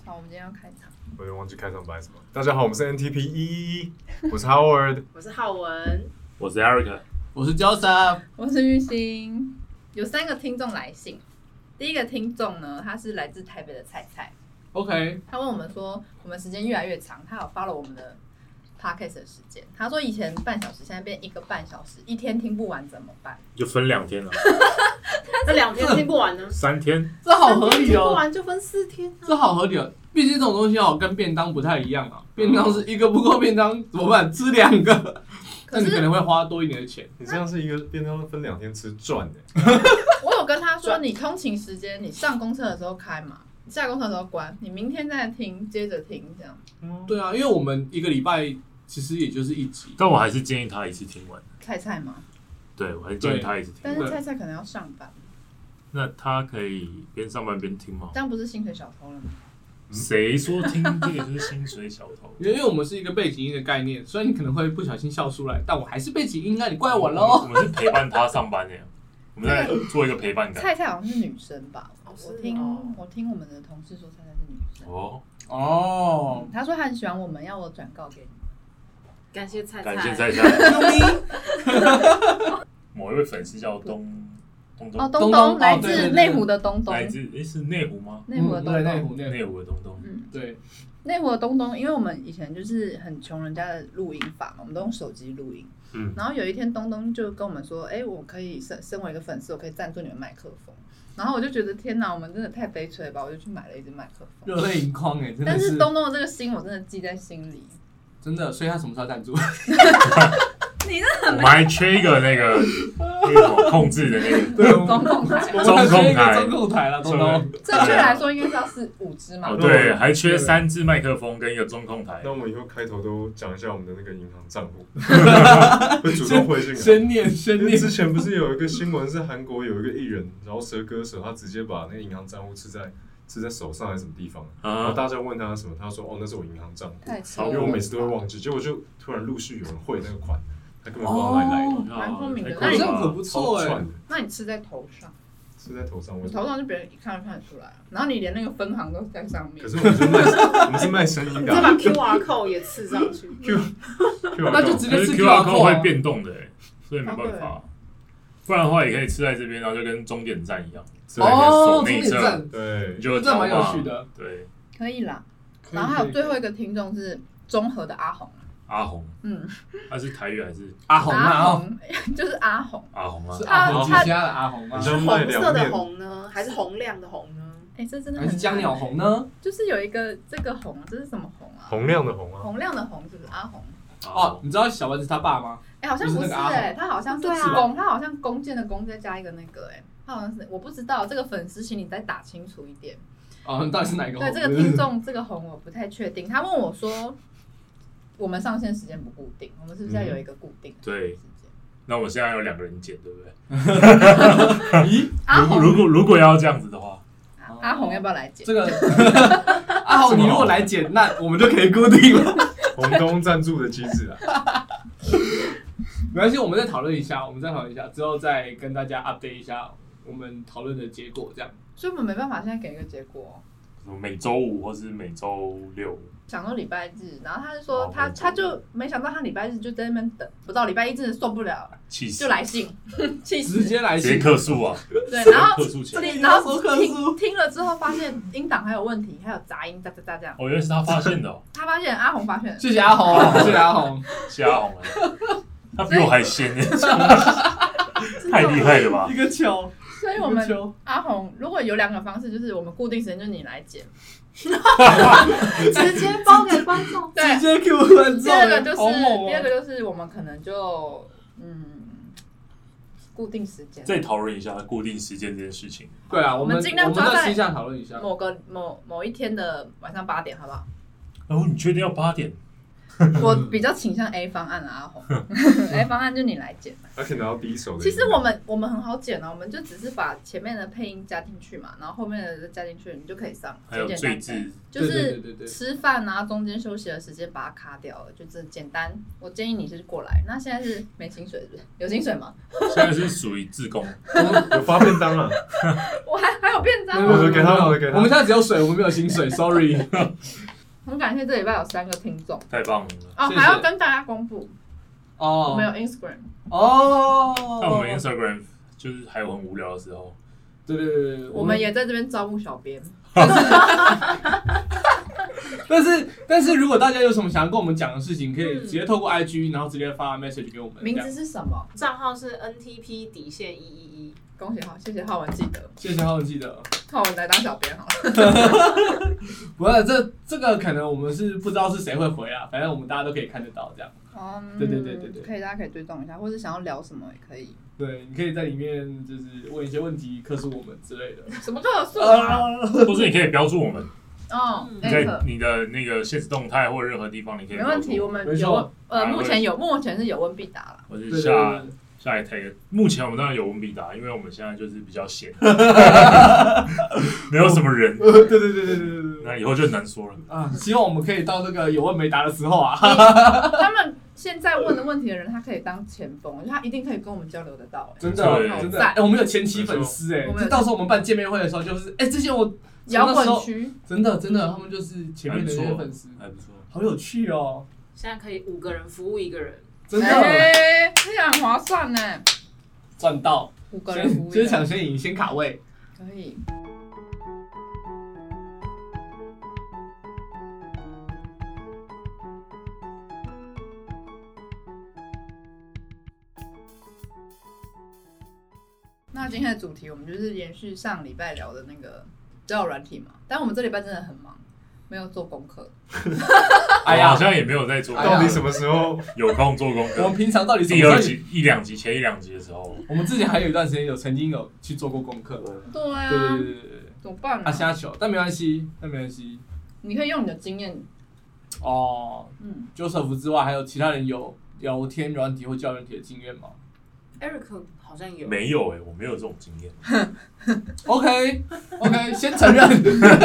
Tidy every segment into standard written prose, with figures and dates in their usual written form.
好，我们今天要开场。 我有点忘记开场白什么。大家好，我们是 NTP1，我是 Howard， 我是浩文， 我是 Eric， 我是 Joseph， 我是玉兴。有3个听众来信，第一个听众呢，他是来自台北的菜菜。 OK， 他问我们说，我们时间越来越长，他有 follow 我们的 podcast 的时间。他说以前半小时，现在变1个半小时，一天听不完怎么办？ 就分2天了。 那2天听不完呢 ？3天， 这好合理听不哦， 完就分4天、啊， 这好合理哦。毕竟这种东西哦，跟便当不太一样啊。便当是一个不够便当怎么办？吃2个，那你可能会花多一点的钱。 你这样是一个便当分2天吃赚的。 我有跟他说，你通勤时间，你上公车的时候开嘛，你下公车的时候关，你明天再听，接着听这样。 对啊，因为我们1个礼拜其实也就是1集， 但我还是建议他一次听完。 菜菜吗？ 对，我还是建议他一次听但完。 是菜菜可能要上班， 那他可以边上班边听吗？ 这样不是薪水小偷了吗？ 谁说听这个就是薪水小偷？ 因为我们是一个背景音的概念，虽然你可能会不小心笑出来，但我还是背景音，那你怪我喽。 我们是陪伴他上班的，我们在做一个陪伴感。 菜菜好像是女生吧？ 哦我听我们的同事说菜菜是女生。 哦， 他说他很喜欢我们，要我转告给你。 感谢菜菜， 感谢菜菜。某一位粉丝叫东哦，东东来自内湖的东东， 来自是内湖吗？ 内湖的东东， 内湖的东东。 对， 内湖的东东，因为我们以前就是很穷人家的录音法嘛，我们都用手机录音。然后有一天东东就跟我们说，我可以身为一个粉丝，我可以赞助你们麦克风。然后我就觉得天哪，我们真的太悲催了吧！我就去买了一支麦克风， 热泪盈眶真的是。 但是东东的这个心，我真的记在心里。 真的，所以他什么时候赞助？ 你那我们还缺一个那个控制的那个中控台， 中控台了，东东。 正确来说应该是要是5支嘛。 对，还缺3支麦克风跟一个中控台。 那我们以后开头都讲一下我们的那个银行账户，会主动汇进来。 先念。 之前不是有一个新闻是韩国有一个艺人饶舌歌手，他直接把那个银行账户刺在手上还是什么地方？然后大家问他什么，他说那是我银行账户，因为我每次都会忘记，结果就突然陆续有人汇那个款，他根本不知道哪里来的， 蛮聪明的。 那这样很不错那你吃在头上？ 吃在头上， 你头上就别人一看就看得出来，然后你连那个分行都在上面。 可是我们是卖声音的， 你再把 QR code 也刺上去。 那就直接刺 QR code 会变动的，所以没办法。不然的话也可以吃在这边，然后就跟终点站一样，吃在你的手内侧， 对， 就这蛮有趣的， 对， 可以啦。然后还有最后一个听众是中和的阿红， 阿红，他是台语还是阿红？ 阿红就是阿红， 阿红啊， 是阿红之家的阿红吗？ 是红色的红呢，还是洪亮的红呢？ 这真的还是江鸟红呢？ 就是有一个这个红，这是什么红啊？ 洪亮的红啊， 洪亮的红是不是阿红？ 哦，你知道小丸子他爸吗？ 好像不是他好像是弓，他好像弓箭的弓再加一个那个他好像是我不知道这个粉丝，请你再打清楚一点。 到底是哪一个红？ 对，这个听众这个红我不太确定。他问我说，我们上线时间不固定，我们是不是要有一个固定的时间？ 那我们现在有2个人剪，对不对？咦，如果要这样子的话， 阿红要不要来剪？ 这个阿红，你如果来剪，那我们就可以固定了。 红东赞助的机制啊。 没关系，我们再讨论一下，之后再跟大家 update 一下我们讨论的结果，这样。 所以我们没办法现在给一个结果。 每周5或是每周6， 想说礼拜日，然后他就说他就没想到他礼拜日就在那边等，不到礼拜1真的受不了，就来信，气死， 直接来信， 直接客诉啊！ 对，然后听了之后发现音档还有问题，还有杂音，哒哒哒这样。 我以为是他发现的， 他发现阿红发现， 谢谢阿红，谢谢阿红， 谢谢阿红，他比我还先太厉害了吧！ 一个球。 所以我们阿红如果有2个方式，就是我们固定时间就是你来剪， 直接包给观众， 直接 Q 观众。 第二个就是我们可能就固定时间， 再讨论一下固定时间这件事情。 对啊，我们尽量抓在讨论一下某一天的晚上8点，好不好？ 你确定要8点？ 我比较倾向 A 方案啊，阿红。A 方案就你来剪。 他可以拿到第一手的。 其实我们很好剪啊，我们就只是把前面的配音加进去嘛，然后后面的加进去，你就可以上。 还有最字， 就是吃饭啊，中间休息的时间把它卡掉了，就这简单。我建议你是过来。那现在是没薪水是不是？有薪水吗？ 现在是属于志工， 有发便当啊。 我还有便当。 我给他。 我们现在只有水，我们没有薪水 ，sorry。 很感谢这礼拜有3个听众， 太棒了！ 哦，还要跟大家公布我们有 Instagram 那我们 Instagram 就是还有很无聊的时候， 对， 我们也在这边招募小编。 但是如果大家有什么想要跟我们讲的事情，可以直接透过 IG， 然后直接发 message 给我们。 名字是什么？ 账号是 NTP_111。 恭喜谢浩文记得。谢谢浩文记得。 浩文来当小编好了。 不是这个可能我们是不知道是谁会回啊，反正我们大家都可以看得到这样。对， 可以，大家可以追踪一下，或者想要聊什么也可以。 对，你可以在里面就是问一些问题，客诉我们之类的。 什么客诉啊？ 或是你可以标注我们。在你的那个现实动态或任何地方，你可以。 没问题，我们有目前是有问必答啦。 或是下一 tag， 目前我们当然有问必答，因为我们现在就是比较闲，没有什么人。 对， 那以后就很难说了啊！希望我们可以到那个有问没答的时候啊。 他们现在问的问题的人，他可以当前锋，他一定可以跟我们交流得到。 真的，我们有前期粉丝到时候我们办见面会的时候，就是之前我摇滚区， 真的，他们就是前面的那些粉丝， 还不错， 好有趣哦。 现在可以5个人服务1个人。 真的， 这样很划算呢， 赚到 5个人服务， 先抢先赢，先卡位， 可以。那今天的主题我们就是延续上礼拜聊的那个交友软体嘛，但我们这礼拜真的很忙。没有做功课， 好像也没有在做。 到底什么时候有空做功课？ 我们平常到底第2集、前1-2集的时候， 我们之前还有一段时间曾经有去做过功课。 对啊， 对， 怎么办啊？ 瞎球，但没关系。 你可以用你的经验。 Joseph 之外，还有其他人有聊天软体或交友软体的经验吗 ？Eric 好像有。 没有我没有这种经验。 OK， 先承认。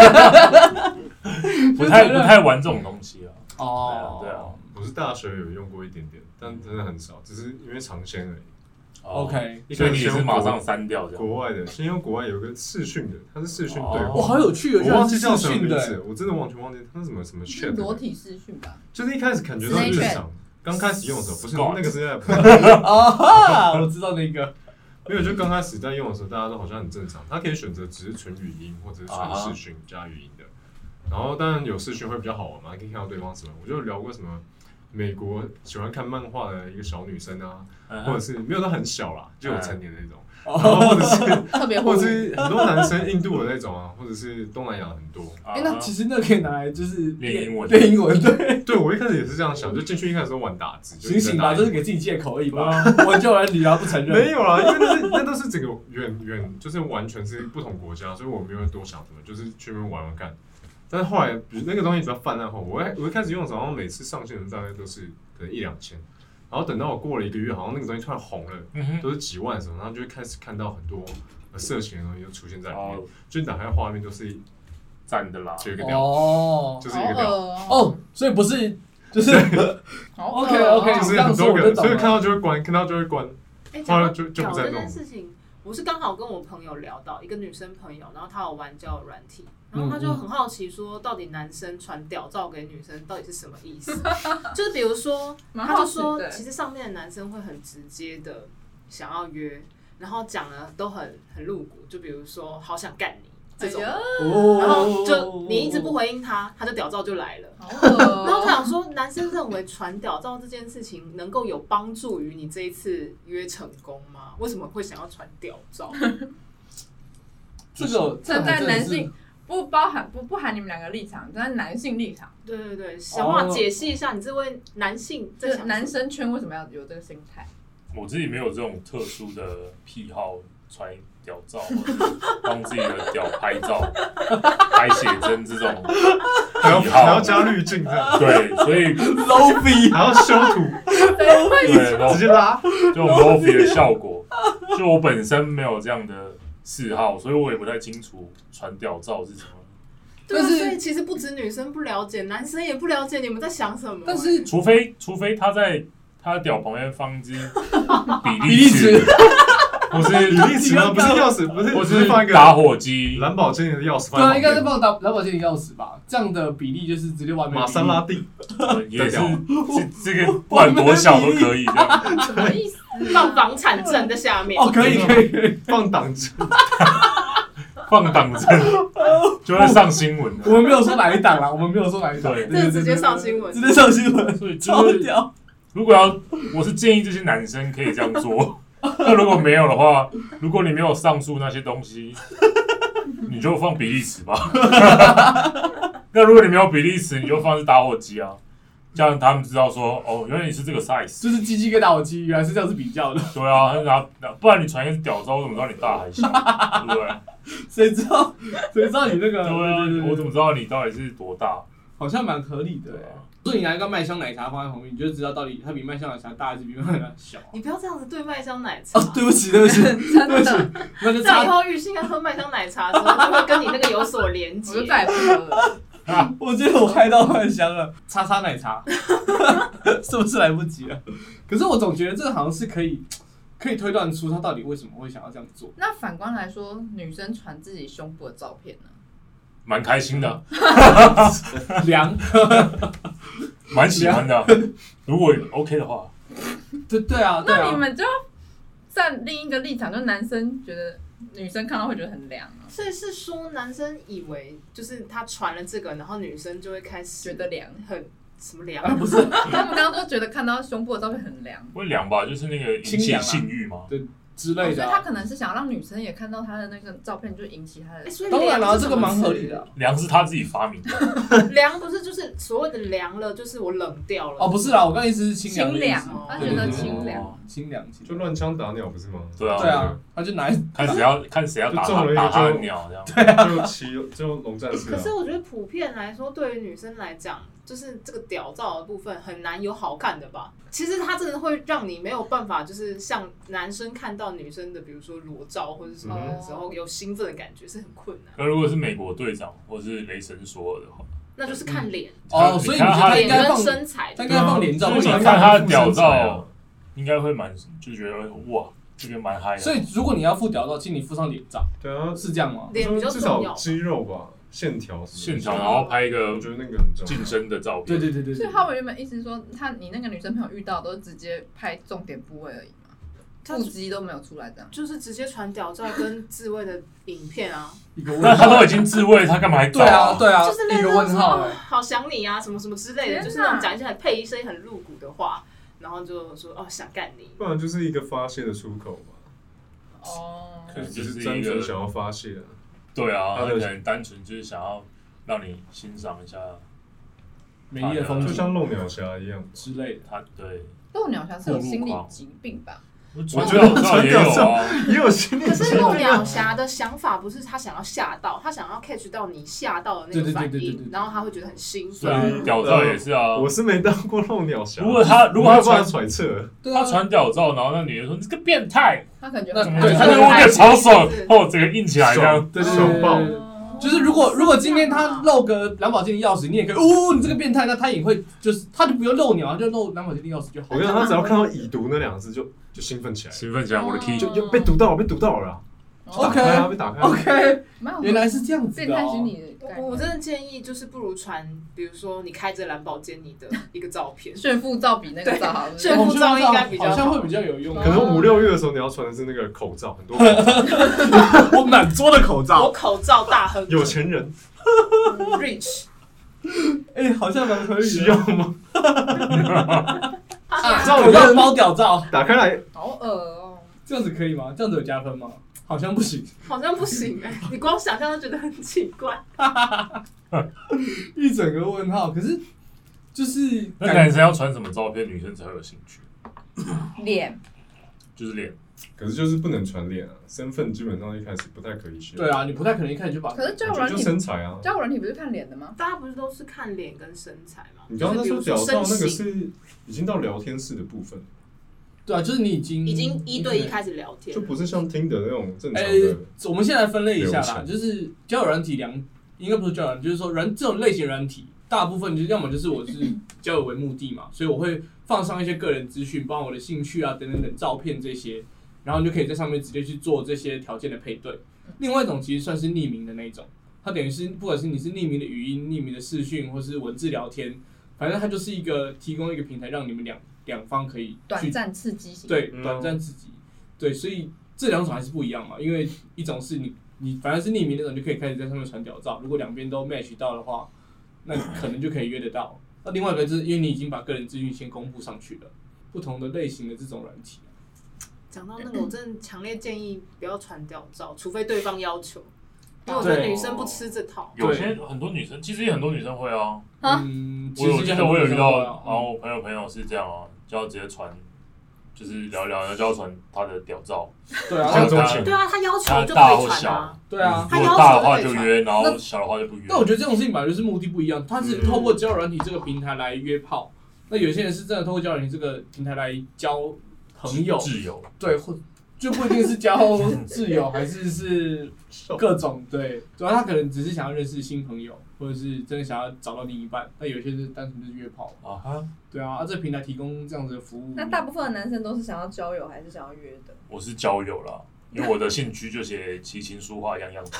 不太玩这种东西啊。 对啊， 我是大学有用过一点点，但真的很少，只是因为尝鲜而已。 OK， 所以你也是马上删掉这样。 国外的，先用国外有个视讯的，它是视讯对话， 好有趣， 我忘记叫什么名字，我真的完全忘记它是什么 chat。 裸体视讯吧。 就是一开始感觉到日常，刚开始用的时候不是那个是在。 我知道那个。 没有，就刚开始在用的时候，大家都好像很正常。它可以选择只是纯语音或者是纯视讯加语音的。然后当然有视讯会比较好玩嘛，可以看到对方什么。我就聊过什么美国喜欢看漫画的一个小女生啊，或者是没有到很小啦，就有成年的那种。然后或者是特别， 或者是很多男生印度的那种啊，或者是东南亚很多。 那其实那可以拿来就是练英文， 对，我一开始也是这样想，就进去一开始都玩打字。 醒吧，这是给自己借口而已吧。我就人你不承认。 没有啦，因为那都是整个远，就是完全是不同国家，所以我没有多想什么，就是去那边玩玩看。但是后来，比如那个东西比较泛滥后，我一开始用的时候，每次上线的大概都是可能1-2千。然后等到我过了1个月，好像那个东西突然红了，都是几万什么，然后就会开始看到很多色情的东西就出现在里面，就你打开画面都是赞的啦， 就一个屌，就是一个屌所以不是就是 OK， 就是很多个，所以看到就会关，后来就不再弄。 事情，我是刚好跟我朋友聊到一个女生朋友，然后她有玩交友软体。然后他就很好奇说，到底男生传屌照给女生到底是什么意思？就是比如说，他就说，其实上面的男生会很直接的想要约，然后讲的都很露骨，就比如说好想干你这种，然后就你一直不回应他，他的屌照就来了。然后我想说，男生认为传屌照这件事情能够有帮助于你这一次约成功吗？为什么会想要传屌照？ 这个站在男性。不含你们2个立场，但是男性立场。 对，想办法解析一下你这位男性这男生圈为什么要有这个心态？ 我自己没有这种特殊的癖好， 传屌照，或者帮自己的屌拍照、拍写真这种癖好， 还要加滤镜这样。 对，所以 low 还要修图， 对， 直接拉， 就 low 的效果。就我本身没有这样的嗜好，所以我也不太清楚传屌照是什么。 对啊，所以其实不止女生不了解，男生也不了解你们在想什么。 但是除非他在他的屌旁边放一支比例尺，或是比例尺吗？不是钥匙，不是放一个打火机、 蓝宝坚尼的钥匙。 对啊，应该是放蓝宝坚尼钥匙吧？这样的比例就是直接完美。 玛莎拉蒂也是这个，不管多小都可以这样。 什么意思？ 放房产证在下面。 哦，可以， 放挡针。 放挡针就会上新闻。 我们没有说哪一档啦，我们没有说哪一档， 对，这直接上新闻， 直接上新闻， 所以超屌。 如果我是建议这些男生可以这样做。那如果没有的话，如果你没有上述那些东西，你就放比例尺吧。那如果你没有比例尺，你就放是打火机啊，这样他们知道说，哦，原来你是这个 size， 就是鸡鸡跟打火机原来是这样子比较的。 对啊，不然你传一个屌照，我怎么知道你大还小？对不对？ 谁知道你那个？ 对啊，我怎么知道你到底是多大？ 好像蛮合理的。所以你拿一个麦香奶茶放在旁边，你就知道到底它比麦香奶茶大还是比麦香奶茶小。 你不要这样子对麦香奶茶。 哦，对不起，对不起。那就这样以后玉兴要喝麦香奶茶的时候，就会跟你那个有所连接。 我就再也不喝了。 我觉得我害到麦香了，叉奶茶，是不是来不及了？可是我总觉得这个好像是可以推断出他到底为什么会想要这样做。 那反观来说，女生传自己胸部的照片呢？ 蛮开心的， 凉， 蛮喜欢的。如果 OK 的话， 对啊。 那你们就站另一个立场，就男生觉得女生看到会觉得很凉啊。 所以是说男生以为就是他传了这个，然后女生就会开始觉得凉， 很什么凉？ 不是， 他们刚刚都觉得看到胸部的照片很凉。 会凉吧？就是那个引起性欲嘛。 对。之类的， 所以他可能是想让女生也看到他的那个照片，就引起他的。 当然了，这个蛮合理的。 凉是他自己发明的。 凉不是就是所谓的凉了，就是我冷掉了。 哦，不是啦，我刚意思是清凉。 清凉，他觉得清凉。 清凉， 就乱枪打鸟不是吗？ 对啊， 对啊，他就拿看谁要打他的鸟这样。 对啊， 就龙战士。 可是我觉得普遍来说，对于女生来讲，就是这个屌照的部分很难有好看的吧。其实它真的会让你没有办法，就是像男生看到女生的，比如说裸照或者什么的时候有兴奋的感觉，是很困难。 那如果是美国队长或是雷神索尔的话， 那就是看脸哦，所以你觉得他应该放身材， 他应该放脸照， 所以你看他的屌照，应该会就觉得哇，这个蛮嗨的。 所以如果你要附屌照，请你附上脸照。 对啊， 是这样吗？ 脸比较重要，至少肌肉吧。线条， 然后拍一个我觉得那个很重要近身的照片。 对。 所以他们原本意思说，你那个女生朋友遇到都是直接拍重点部位而已嘛，腹肌都没有出来这样。 就是直接传屌照跟自慰的影片啊。 那他都已经自慰，他干嘛还找？ 对啊， 就是那个问号， 好想你啊，什么什么之类的，就是那种讲一些配一些很露骨的话，然后就说哦想干你。 不然就是一个发泄的出口吧。 哦， 就是单纯想要发泄。 对啊，他可能单纯就是想要让你欣赏一下美丽的风景， 就像露鸟侠一样之类的。 他对露鸟侠是有心理疾病吧？ 我觉得也有啊， 也有心理疾病。 可是露鸟侠的想法不是他想要吓到，他想要 catch 到你吓到的那个反应，然后他会觉得很兴奋。 屌照也是啊， 我是没当过露鸟侠。 如果他传揣测， 他传屌照，然后那女的说你这个变态， 他可能觉得对，他就会超爽，哦，整个硬起来这样， 爽爆。 就是如果今天他露个蓝宝坚尼钥匙，你也可以你这个变态，那他也会就是他就不用露鸟，就露蓝宝坚尼钥匙就好。 我跟你讲，他只要看到已读那2个字就兴奋起来， 我的 key 就被读到了。 OK， 被打开。 OK， 原来是这样子的。 变态心理的。 我真的建议就是不如传，比如说你开着蓝宝坚尼的一个照片， 炫富照比那个照好， 炫富照应该比较好像会比较有用。 可能5、6月的时候你要传的是那个口罩，很多口罩， 我满桌的口罩， 我口罩大亨， 有钱人 ，rich， 好像蛮可以的。 需要吗？ 口罩包屌照， 打开来， 好恶哦。 这样子可以吗？这样子有加分吗？好像不行， 你光想象都觉得很奇怪， 一整个问号。可是就是那男生要传什么照片，女生才会有兴趣？ 脸， 就是脸。 可是就是不能传脸啊，身份基本上一开始不太可以写。 对啊，你不太可能一开始就把。 可是交友软体就身材啊， 交友软体不是看脸的吗？ 大家不是都是看脸跟身材吗？ 你刚刚那说屌照那个是已经到聊天室的部分。 对啊，就是你已经 1对1开始聊天， 就不是像Tinder那种正常的。 我们现在分类一下啦，就是交友软体应该不是交友软体，就是说这种类型软体，大部分就是要么就是我是交友为目的嘛，所以我会放上一些个人资讯，包括我的兴趣啊等等等照片这些。然后你就可以在上面直接去做这些条件的配对。另外一种其实算是匿名的那一种，它等于是不管是你是匿名的语音、匿名的视讯，或是文字聊天，反正它就是提供一个平台，让你们两方可以短暂刺激型。 对，短暂刺激。对，所以这两种还是不一样嘛，因为一种是你反正是匿名那种，就可以开始在上面传屌照，如果两边都 match 到的话，那可能就可以约得到。那另外一个就是因为你已经把个人资讯先公布上去了，不同的类型的这种软体。 讲到那个，我真的强烈建议不要传屌照，除非对方要求。因为我觉得女生不吃这套。 有些很多女生，其实也很多女生会啊。 我记得我有遇到，然后我朋友是这样啊，就要直接传，就是聊聊，然后就要传他的屌照。 对啊， 对啊，他要求就可以传啊。 对啊， 他要求大的话就约，然后小的话就不约。 那我觉得这种事情本来就是目的不一样，他是透过交友软体这个平台来约炮，那有些人是真的透过交友软体这个平台来交朋友、 挚友， 对，就不一定是交挚友，还是各种对，主要他可能只是想要认识新朋友，或者是真的想要找到另一半。那有些是单纯就是约炮啊哈，对啊，这平台提供这样子的服务。 那大部分的男生都是想要交友还是想要约的？ 我是交友啦，因为我的兴趣就写琴棋书画样样通。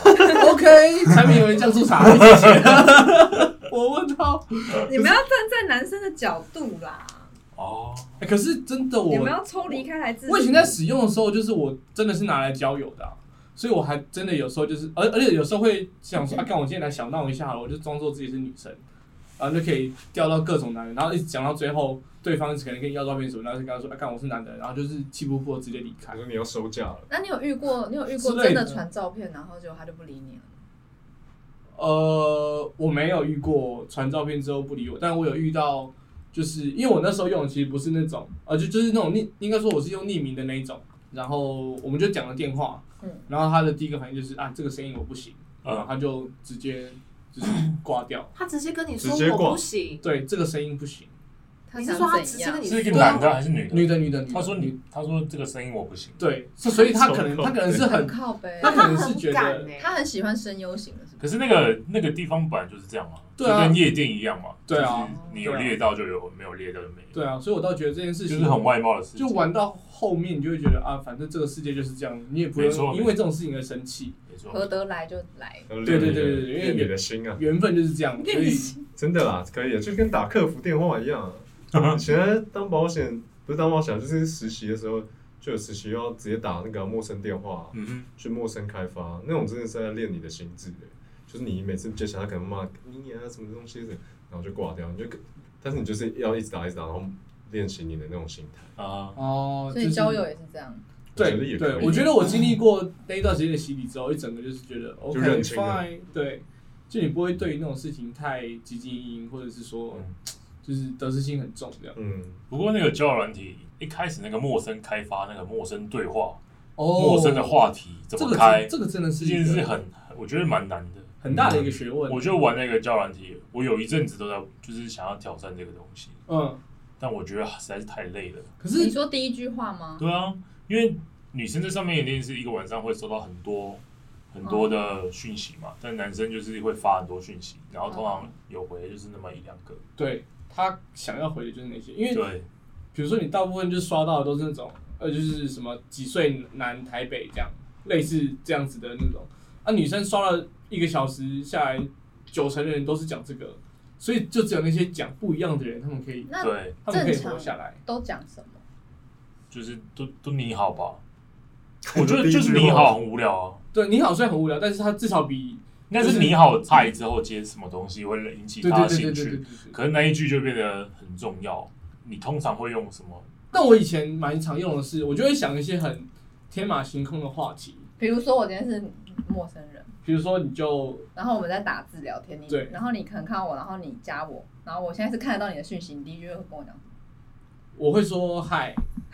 OK， 柴米油盐酱醋茶一起写。我问他， 你们要站在男生的角度啦。 哦，可是真的你们要抽离开来自己。 我以前在使用的时候，就是我真的是拿来交友的、所以我还真的有时候就是，而且有时候会想说，干我今天来小闹一下好了，我就装作自己是女生，然后就可以钓到各种男人，然后一直讲到最后，对方可能跟你要照片什么，然后就跟他说，干我是男的，然后就是气不过直接离开。 我说你要收假了。 那你有遇过真的传照片，然后结果他就不理你了？ 我没有遇过传照片之后不理我，但我有遇到。就是因为我那时候用的其实不是那种，就是那种应该说我是用匿名的那一种，然后我们就讲了电话，然后他的第一个反应就是这个声音我不行，他就直接就是挂掉。 他直接跟你说我不行， 对，这个声音不行。 你是说他直接跟你说？ 是一个男的还是女的？ 女的。 他说这个声音我不行。 对，所以他可能是很靠北， 他可能是觉得他很喜欢声优型的，是不是？ 可是那个地方本来就是这样嘛， 对啊， 就跟夜店一样嘛， 对啊， 你有猎到就有，没有猎到就没有。 对啊，所以我倒觉得这件事情就是很外貌的事情。 就玩到后面，你就会觉得反正这个世界就是这样，你也不用因为这种事情而生气。 合得来就来。 对，因为你的心啊， 缘分就是这样，所以真的啦，可以，就跟打客服电话一样。以前当保险不是当保险，就是实习的时候就有实习要直接打那个陌生电话，去陌生开发，那种真的是在练你的心智的，就是你每次接起来他可能骂你啊什么东西的，然后就挂掉，但是你就是要一直打，然后练习你的那种心态啊。所以交友也是这样。 对，我觉得我经历过那一段时间的洗礼之后，一整个就是觉得 OK fine， 对，就你不会对于那种事情太汲汲营营，或者是说。就是得失心很重这样。 不过那个交友软体一开始那个陌生开发那个陌生对话，陌生的话题怎么开？ 这个真的是这件事我觉得蛮难的， 很大的一个学问。 我就玩那个交友软体，我有一阵子都在就是想要挑战这个东西。但我觉得实在是太累了。 可是你说第一句话吗？ 对啊，因为女生在上面一定是一个晚上会收到很多的讯息嘛，但男生就是会发很多讯息，然后通常有回的就是那么1-2个。 对。他想要回的就是那些，因为比如说你大部分就刷到的都是那种，就是什么几岁男台北这样，类似这样子的那种。女生刷了1个小时下来，90%的人都是讲这个，所以就只有那些讲不一样的人，他们可以活下来。 都讲什么？ 就是都你好吧？我觉得就是你好很无聊啊。 对，你好虽然很无聊，但是他至少比。 应该是你好爱之后接什么东西会引起他的兴趣，可是那一句就变得很重要。你通常会用什么？ 但我以前蛮常用的是，我就会想一些很天马行空的话题。 比如说我今天是陌生人， 比如说你就， 然后我们在打字聊天，然后你可能看到我，然后你加我，然后我现在是看得到你的讯息，你第一句会跟我讲什么？ 我会说嗨，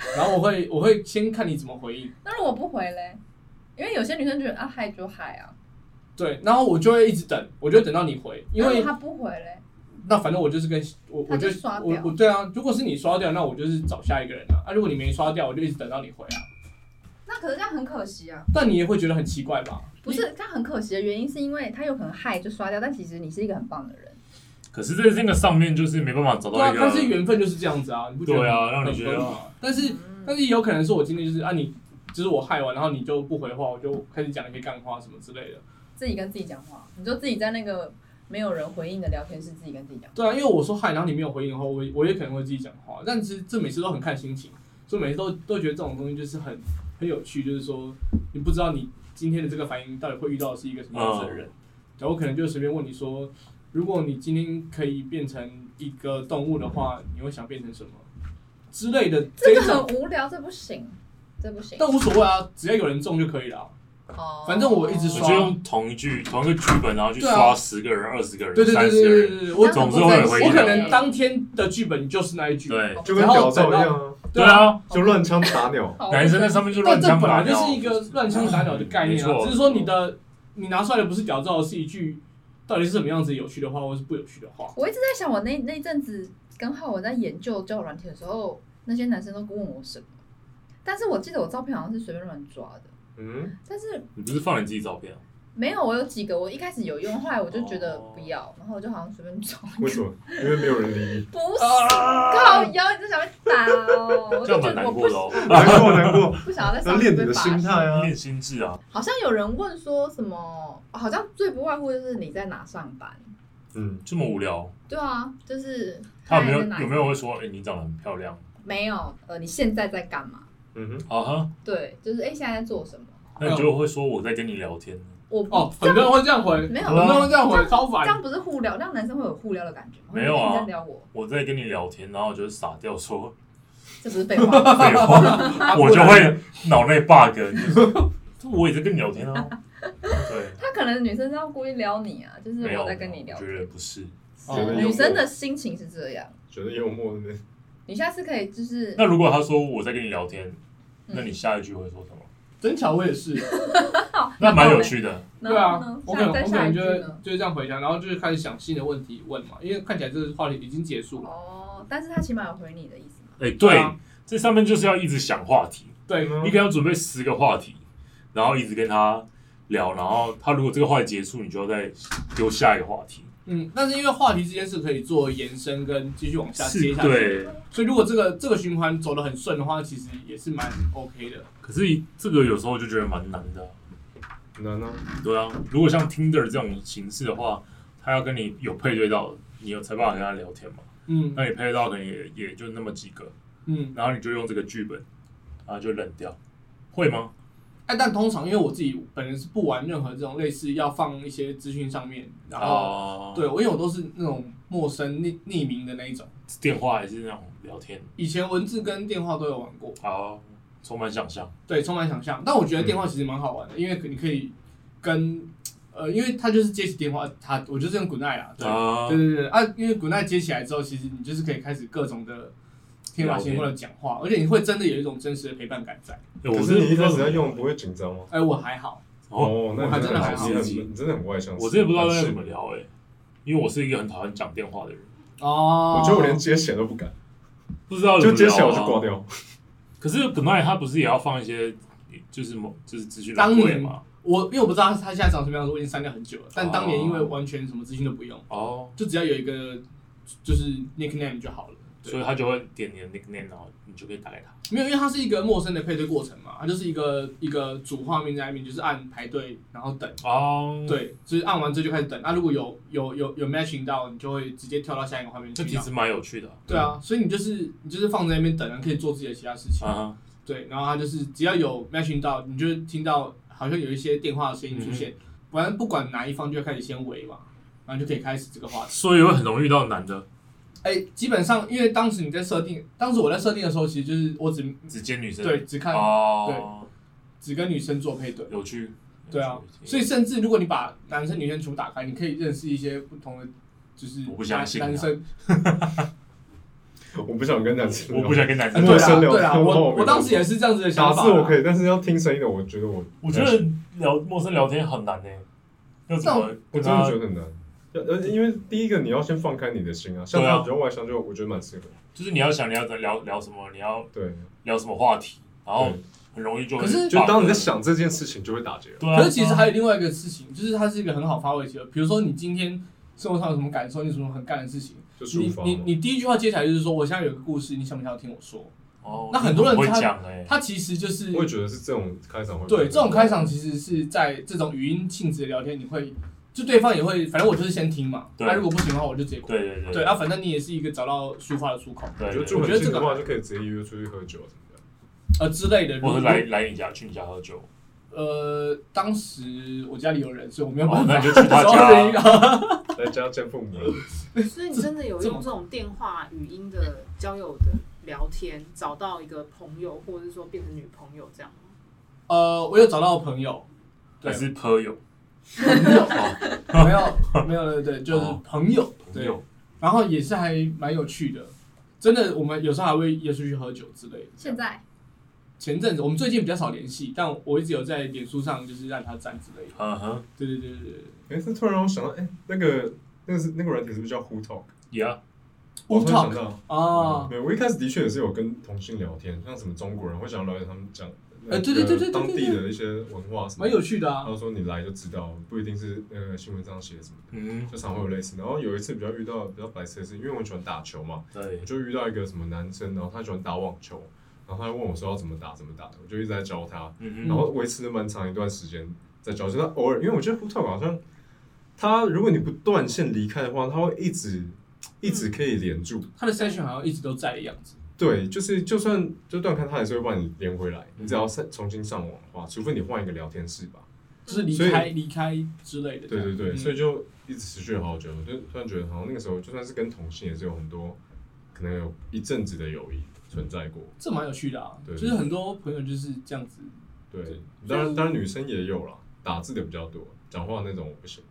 然后我会先看你怎么回应。 那如果不回嘞？因为有些女生觉得嗨就嗨啊。 对，然后我就会一直等，我就会等到你回，因为他不回嘞。 那反正我就是跟我就刷掉。 对啊，如果是你刷掉，那我就是找下一个人啊。如果你没刷掉，我就一直等到你回啊。 那可是这样很可惜啊。 但你也会觉得很奇怪吧？ 不是，这样很可惜的原因是因为他有可能嗨就刷掉，但其实你是一个很棒的人。 可是在这个上面就是没办法找到一个。 对啊，但是缘分就是这样子啊，你不觉得？ 对啊，让你觉得。 但是也有可能是我今天就是你，就是我害完，然后你就不回话，我就开始讲一些干话什么之类的。 自己跟自己讲话，你就自己在那个没有人回应的聊天室自己跟自己讲话。 对啊，因为我说嗨，然后你没有回应的话，我也可能会自己讲话。但其实这每次都很看心情，所以每次都觉得这种东西就是很有趣，就是说你不知道你今天的这个反应到底会遇到的是一个什么样子的人。然后我可能就随便问你说，如果你今天可以变成一个动物的话，你会想变成什么之类的？ 这个很无聊，这不行。 但无所谓啊，只要有人中就可以了。反正我一直刷， 我就用同一个剧本，然后去刷10个人、20个人、 对 30个人，我总是会有回应。 我可能当天的剧本就是那一句， 对， 就跟屌照一样啊。 对啊， 就乱枪打鸟。 男生在上面就乱枪打鸟。 但这本来就是一个乱枪打鸟的概念啊，只是说你拿出来的不是屌照，是一句到底是什么样子有趣的话，或是不有趣的话。 我一直在想，我那阵子跟浩文在研究交友软体的时候，那些男生都问我什么，但是我记得我照片好像是随便乱抓的。但是你不是放你自己照片啊？ 没有，我有几个，我一开始有用，后来我就觉得不要，然后我就好像随便抓。 为什么？因为没有人理你。 不是，靠腰，你就想被打哦。 这样蛮难过的哦。 难过。 不想要在上面练你的心态啊， 练心智啊。 好像有人问说什么，好像最不外乎就是你在哪上班。 这么无聊。 对啊，就是他有没有会说，你长得很漂亮？ 没有，你现在在干嘛？对，就是现在在做什么？ 那你就会说我在跟你聊天。 很多人会这样回， 没有， 很多人会这样回，超烦。 这样不是互聊，这样男生会有互聊的感觉吗？ 没有啊， 你在聊我在跟你聊天，然后我就傻掉说， 这不是废话， 废话，我就会脑内 bug， 我也在跟你聊天啊。对， 他可能女生是要故意撩你啊，就是我在跟你聊天。 我觉得不是， 女生的心情是这样， 觉得幽默的。 你下次可以就是， 那如果他说我在跟你聊天，那你下一句会说什么？ 真巧，我也是。 那蛮有趣的。 对啊，我可能就是这样回想，然后就是开始想新的问题问嘛，因为看起来这个话题已经结束了。 但是他起码有回你的意思嘛？ 对，这上面就是要一直想话题。 对， 你可能要准备10个话题，然后一直跟他聊，然后他如果这个话题结束，你就要再丢下一个话题。 但是因为话题之间是可以做延伸跟继续往下接下去， 对， 所以如果这个循环走得很顺的话，其实也是蛮 OK 的。 可是这个有时候就觉得蛮难的。 难啊。 对啊，如果像 Tinder 这种形式的话，他要跟你有配对到，你有才办法跟他聊天嘛。那你配对到可能也就那么几个。然后你就用这个剧本，然后就冷掉，会吗？ 但通常因为我自己本人是不玩任何这种类似要放一些资讯上面，然后对，因为我都是那种陌生匿名的那一种， 电话还是那种聊天。 以前文字跟电话都有玩过。 充满想象。 对，充满想象。但我觉得电话其实蛮好玩的，因为你可以跟因为他就是接起电话，我就是用 Good night 啦，对因为 Good night 接起来之后，其实你就是可以开始各种的天马行空的讲话，而且你会真的有一种真实的陪伴感在。 可是你一开始在用不会紧张吗？ 我还好。 那我还真的还好。 你真的很外向。 我真的不知道该怎么聊因为我是一个很讨厌讲电话的人。 我觉得我连接起来都不敢。 不知道就接起来我就挂掉。 可是本来他不是也要放一些就是资讯栏位吗？ 因为我不知道他现在长什么样子，我已经删掉很久了。但当年因为完全什么资讯都不用，就只要有一个就是 nickname 就好了。 所以他就会点你的 nickname， 然后你就可以打给他。 没有，因为它是一个陌生的配对过程嘛，它就是一个主画面在那边，就是按排队然后等。对，就是按完之后就开始等。如果有 matching 到，你就会直接跳到下一个画面去。 这其实蛮有趣的。 对啊，所以你就是放在那边等，然后可以做自己的其他事情。对，然后它就是只要有 matching 到，你就会听到好像有一些电话的声音出现，反正不管哪一方就会开始先围嘛，然后就可以开始这个话题。 所以会很容易遇到男的。 基本上，因为当时我在设定的时候，其实就是我只接女生， 对，只看，对，只跟女生做配对， 有趣， 对啊，所以甚至如果你把男生女生全部打开，你可以认识一些不同的，就是我不相信男生。 我不想跟男生， 我不想跟男生陌生聊天。对啊，我当时也是这样子的想法。 打字我可以，但是要听声音的，我觉得陌生聊天很难要怎么？ 我真的觉得很难。因为第一个你要先放开你的心啊，像他比较外向，就我觉得蛮适合。 就是你要想你要聊什么，你要对聊什么话题，然后很容易就。 可是就当你在想这件事情，就会打结了。 可是其实还有另外一个事情，就是它是一个很好发挥的，比如说你今天生活上有什么感受，你有什么很干的事情，你第一句话接下来就是说，我现在有个故事，你想不想要听我说？那很多人他其实就是， 我也觉得是这种开场会。 对，这种开场其实是在这种语音性质的聊天，你会。就对方也会，反正我就是先听嘛。那如果不行的话，我就直接过。对，反正你也是一个找到抒发的出口。 我觉得这个话就可以直接约出去喝酒什么的。之类的。 或者来你家，去你家喝酒。 当时我家里有人，所以我没有办法。 那就去他家。在家见父母了。 所以你真的有用这种电话语音的交友的聊天，找到一个朋友，或者是说变成女朋友这样吗？ 我有找到朋友， 还是朋友。 没有，对，就是朋友，对，然后也是还蛮有趣的，真的，我们有时候还会约出去喝酒之类的。前阵子我们最近比较少联系，但我一直有在脸书上就是让他赞之类的。对。 这突然让我想到，那个软体是不是叫 Who Talk？Who Talk 啊， 对，我一开始的确也是有跟同性聊天，像什么中国人会想要了解他们讲。 对， 当地的一些文化什么， 蛮有趣的啊。 他说你来就知道，不一定是新闻上写什么的，就常会有类似。然后有一次遇到比较白痴的是，因为我喜欢打球嘛，我就遇到一个什么男生，然后他喜欢打网球，然后他就问我说要怎么打，我就一直在教他，然后维持了蛮长一段时间在教，就他偶尔，因为我觉得 Who Talk 好像他如果你不断线离开的话，他会一直可以连住， 他的 session 好像一直都在的样子。 对，就是就算断开，他还是会帮你连回来。你只要重新上网的话，除非你换一个聊天室吧， 就是离开之类的。 对，所以就一直持续了好久。我就突然觉得，好像那个时候就算是跟同性，也是有很多可能有一阵子的友谊存在过。 这蛮有趣的啊，就是很多朋友就是这样子。 对，当然女生也有啦，打字的比较多，讲话那种我不行。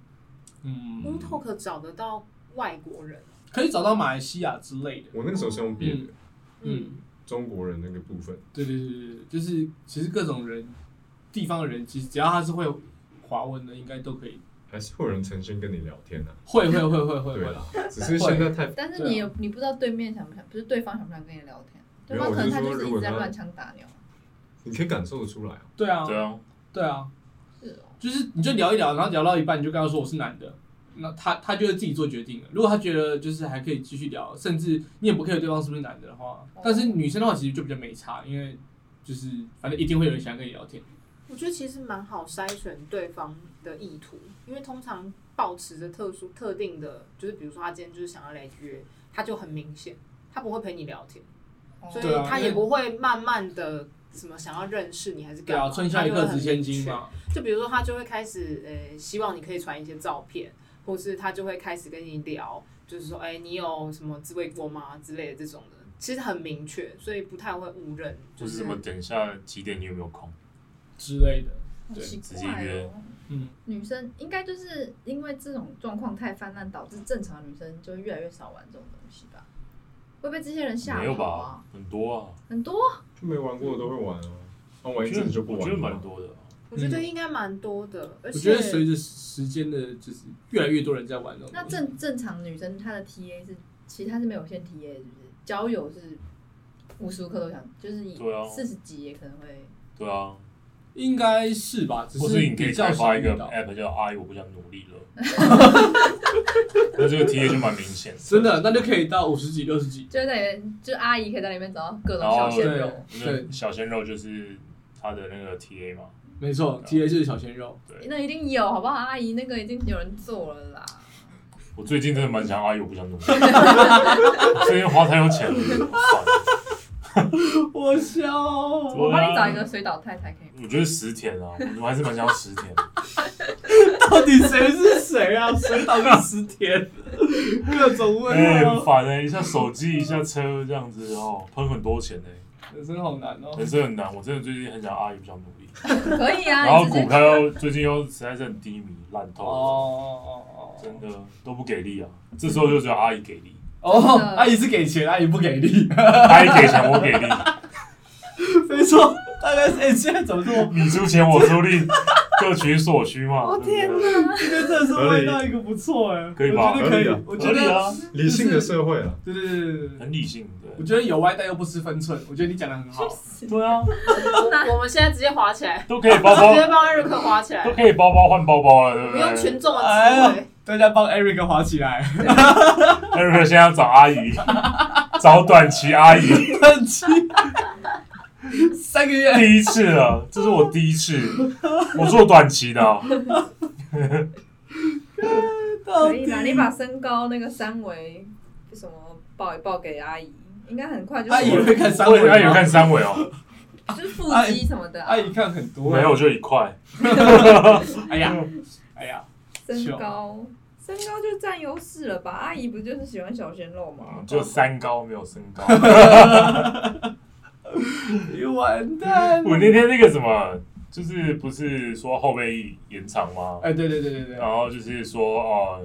Who Talk 找得到外国人， 可以找到马来西亚之类的。 我那个时候是用别的。中国人那个部分， 对，就是其实各种人，地方的人，其实只要他是会华文的，应该都可以。 还是会有人诚心跟你聊天啊？ 会啦。只是现在太…… 但是你不知道对面想不想，不是对方想不想跟你聊天，对方可能他就是一直在乱枪打鸟。 你可以感受得出来啊。 对啊。 是哦。 就是你就聊一聊，然后聊到一半你就跟他说我是男的。那他就会自己做决定了。如果他觉得就是还可以继续聊，甚至你也不 care 对方是不是男的话，但是女生的话其实就比较没差，因为就是反正一定会有人想跟你聊天。 我觉得其实蛮好筛选对方的意图，因为通常抱持着特定的，就是比如说他今天就是想要来约，他就很明显，他不会陪你聊天，所以他也不会慢慢的什么想要认识你还是干嘛。 对啊，春夏一刻值千金嘛。 就比如说他就会开始希望你可以传一些照片。或是他就会开始跟你聊，就是说，你有什么自慰过吗之类的这种的，其实很明确，所以不太会误认。 就是什么等一下几点你有没有空之类的， 对， 直接约。 女生应该就是因为这种状况太泛滥，导致正常女生就越来越少玩这种东西吧？会被这些人吓跑啊？ 没有吧？很多啊， 很多。 就没玩过的都会玩啊，玩一阵子就不玩了。 我觉得蛮多的。 我觉得应该蛮多的，而且我觉得随着时间的，就是越来越多人在玩这种。 那正常女生她的 TA 是，其实她是没有限 TA， 是不是？交友是无时无刻都想，就是以40几也可能会。 对啊， 应该是吧？只是你可以开发一个 app 叫阿姨我不想努力了，那这个 TA 就蛮明显。 真的，那就可以到50几、60几。 就在里面，就阿姨可以在里面找到各种小鲜肉。 对，小鲜肉就是她的那个 TA 嘛。 没错 ，TA 就是小鲜肉。 对，那一定有，好不好？阿姨那个已经有人做了啦。 我最近真的蛮想阿姨，我不想努力，最近花太多钱了， 我笑。 我帮你找一个水岛太太可以。 我觉得10田啊，我还是蛮想要10田。 到底谁是谁啊？水岛跟10田，各种问题。 很烦一下手机一下车这样子哦，喷很多钱人生好难哦。 人生很难，我真的最近很想阿姨，不想努力。 可以啊。 然后股票最近又实在是很低迷，烂透了。真的都不给力啊！这时候就只有阿姨给力。 哦，阿姨是给钱，阿姨不给力。 阿姨给钱，我给力。 没错，大概是现在怎么做？ 你出钱，我出力，各取所需嘛。 我天哪！ 今天真的是问到一个不错可以吧？ 我觉得可以，我觉得理性的社会啊。 对， 很理性。对， 我觉得有歪但又不失分寸，我觉得你讲的很好。 对啊， 我们现在直接滑起来， 都可以包包， 直接帮艾瑞克滑起来， 都可以包包换包包了，对不对？ 不用群众的智慧。 大家帮 Eric 滑起来。 Eric 现在要找阿姨，找短期阿姨。 短期3个月， 第一次了，这是我第一次，我做短期的。 可以啦，你把身高那个三围什么报一报给阿姨，应该很快就。 阿姨会看三围， 阿姨看三围哦， 就是腹肌什么的。 阿姨看很多， 没有就1块。 哎呀， 身高就占优势了吧？阿姨不就是喜欢小鲜肉吗？ 就3高没有身高。 你完蛋！ 我那天那个什么，就是不是说后背延长吗？ 对。 然后就是说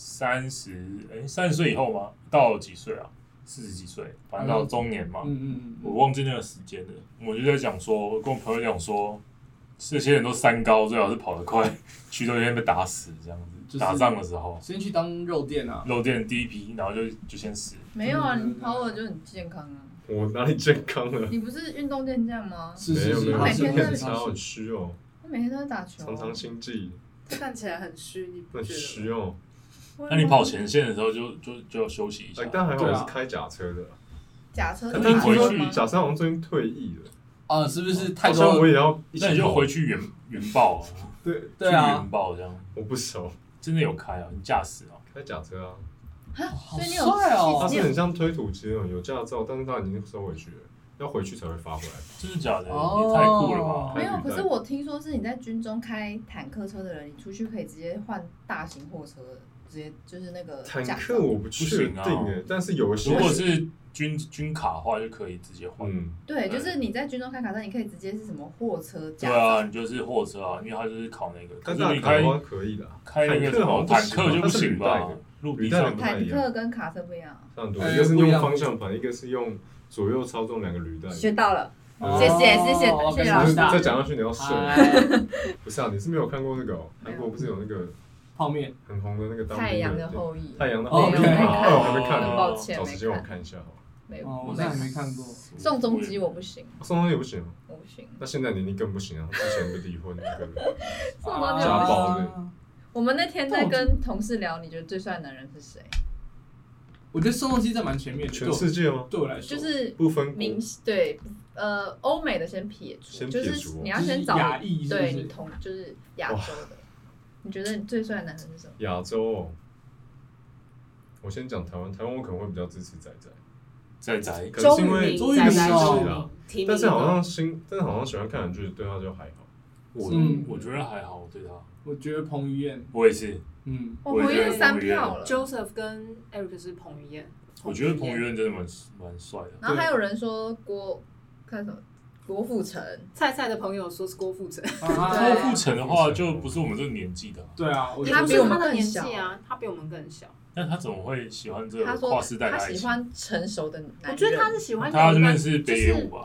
30岁以后吗？到几岁啊？40几岁，反正到中年嘛。我忘记那个时间了。我就在讲说，跟我朋友讲说，这些人都3高，最好是跑得快，去到那边被打死这样子。打仗的时候， 先去当肉店啊， 肉店第一批，然后就先死。 没有啊，你跑了就很健康啊。 我哪里健康了？ 你不是运动健将吗？ 是， 他每天很差，很虚哦。 他每天都在打球， 常常心悸。 看起来很虚，你不觉得？ 很虚哦。 那你跑前线的时候就要休息一下。 但还好我是开甲车的。 甲车？ 你回去甲车好像最近退役了。 啊，是不是太多？ 好像我也要一起。 那你就回去原报。 对啊， 原报这样。 我不熟。 真的有开啊？你驾驶啊？ 开甲车啊。 所以你有帅哦！ 他是很像推土机那种，有驾照，但是他已经收回去了，要回去才会发回来。 真的假的？也太酷了吧！ 没有，可是我听说是你在军中开坦克车的人，你出去可以直接换大型货车，直接就是那个坦克我不确定哎，但是有些如果是军卡的话就可以直接换。 对，就是你在军中开卡车，你可以直接是什么货车驾照。对啊，你就是货车啊，因为他就是考那个。 但是你开可以的， 开那个什么坦克就不行吧？陆地上坦克跟卡车不一样， 差很多，一个是用方向盘，一个是用左右操纵2个履带。 学到了，谢谢老师。 再讲下去你要睡。不是啊，你是没有看过那个韩国不是有那个泡面很红的那个太阳的后裔？ 太阳的后裔，我还没看呢， 抱歉， 找时间我看一下好了。 没有， 我还没看过。 宋仲基我不行， 宋仲基也不行， 我不行。 那现在年龄更不行啊，之前被离婚那个宋仲基家暴的。 我们那天在跟同事聊，你觉得最帅的男人是谁？ 我觉得宋仲基在蛮前面的， 全世界吗？ 对我来说， 就是不分对，欧美的先撇除，就是你要先找亚裔， 对你就是亚洲的。你觉得你最帅的男人是什么？ 亚洲，我先讲台湾，台湾我可能会比较支持仔，可能是因为周渝民啦，但是好像喜欢看的剧，对他就还好。 我觉得还好，对他。 我觉得彭于晏， 我也是。 彭于晏3票了。 Joseph 跟 Eric 是彭于晏。 我觉得彭于晏真的蛮帅的。 然后还有人说看什么？郭富城。 菜菜的朋友说是郭富城。 郭富城的话就不是我们这个年纪的。 对啊， 他比我们更小啊，他比我们更小。 但他怎么会喜欢这个跨世代的爱情？ 他喜欢成熟的男人。 我觉得他是喜欢。 他这边是北野武吧？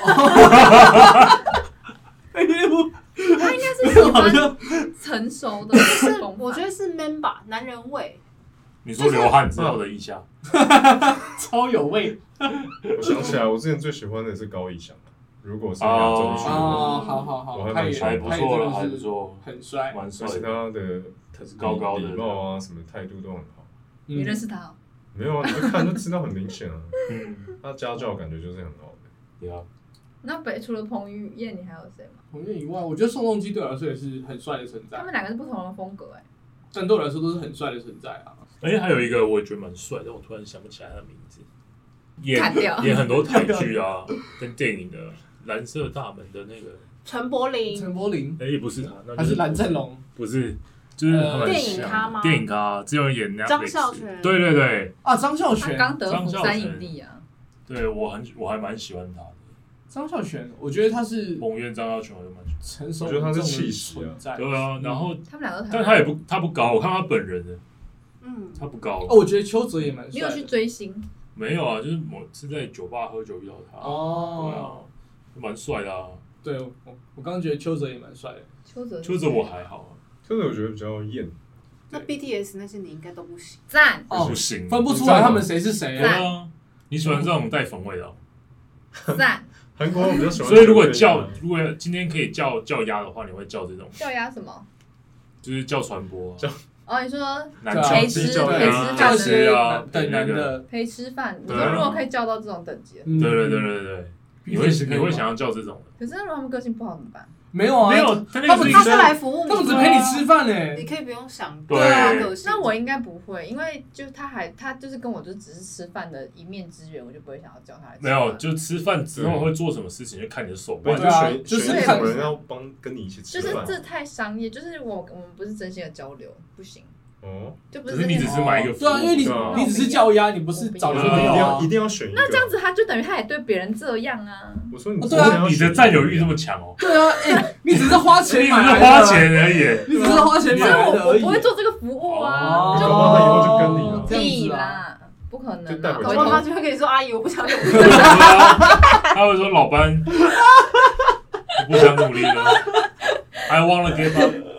他应该是喜欢成熟的， 我觉得是 man 吧，男人味。 你说流汗之后的腋下， 超有味。 我想起来，我之前最喜欢的是高以翔。如果是亚洲区， 好， 我还蛮喜欢， 不错了，还不错， 很帅， 蛮帅。 而且他的高的礼貌啊，什么态度都很好。 你认识他？ 没有啊，你就看就知道很明显啊。他家教感觉就是很好的。 对啊。 那除了彭于晏，你还有谁吗？ 彭于晏以外，我觉得宋仲基对我来说也是很帅的存在。 他们2个是不同的风格但对我来说都是很帅的存在啊。 还有一个我也觉得蛮帅，但我突然想不起来他的名字。演很多台剧啊，跟电影的《蓝色大门》的那个陈柏霖。 也不是他， 还是蓝正龙？ 不是，就是电影咖吗？ 电影咖，只有演那张孝全。 对啊，张孝全刚得釜山影帝啊。 对，我还蛮喜欢他的。 张孝全，我觉得他是彭于晏、张孝全，我就蛮成熟， 我觉得他是气势啊， 对啊，然后他们2个， 但他不高，我看他本人的， 他不高。 我觉得邱泽也蛮帅的。 你有去追星？ 没有啊，就是我是在酒吧喝酒遇到他。对啊，蛮帅的啊。 对，我刚刚觉得邱泽也蛮帅的。 邱泽我还好啊， 邱泽我觉得比较艳。 那 BTS 那些你应该都不行。 赞不行， 分不出来他们谁是谁啊。你喜欢这种带粉味的？ 赞。 韩国我比较喜欢。 所以如果今天可以叫鸭的话，你会叫这种？ 叫鸭什么？ 就是叫传播。 你说陪吃啊， 等男的陪吃饭。你说如果可以叫到这种等级， 对，你会想要叫这种的。 可是如果他们个性不好怎么办？ 没有啊， 他是来服务你， 他们只陪你吃饭呢。 你可以不用想对个性。 那我应该不会，因为就他就是跟我就只是吃饭的一面之缘，我就不会想要叫他来吃饭。 没有，就吃饭之后会做什么事情，就看你的手腕。就是有人要跟你一起吃饭。 就是这太商业，就是我们不是真心的交流，不行。就不是你只是买一个服务。 对啊，因为你只是叫鸭，你不是找女朋友啊， 一定要选一个。 那这样子他就等于他也对别人这样啊。 我说你的占有欲这么强哦。 对啊，你只是花钱买， 你只是花钱而已， 你只是花钱买而已。 我不会做这个服务啊。 就他以后就跟你了。 屁啦，不可能。 搞不好他就会跟你说：“阿姨，我不想努力。” 他会说：“老班，我不想努力了。I wanna give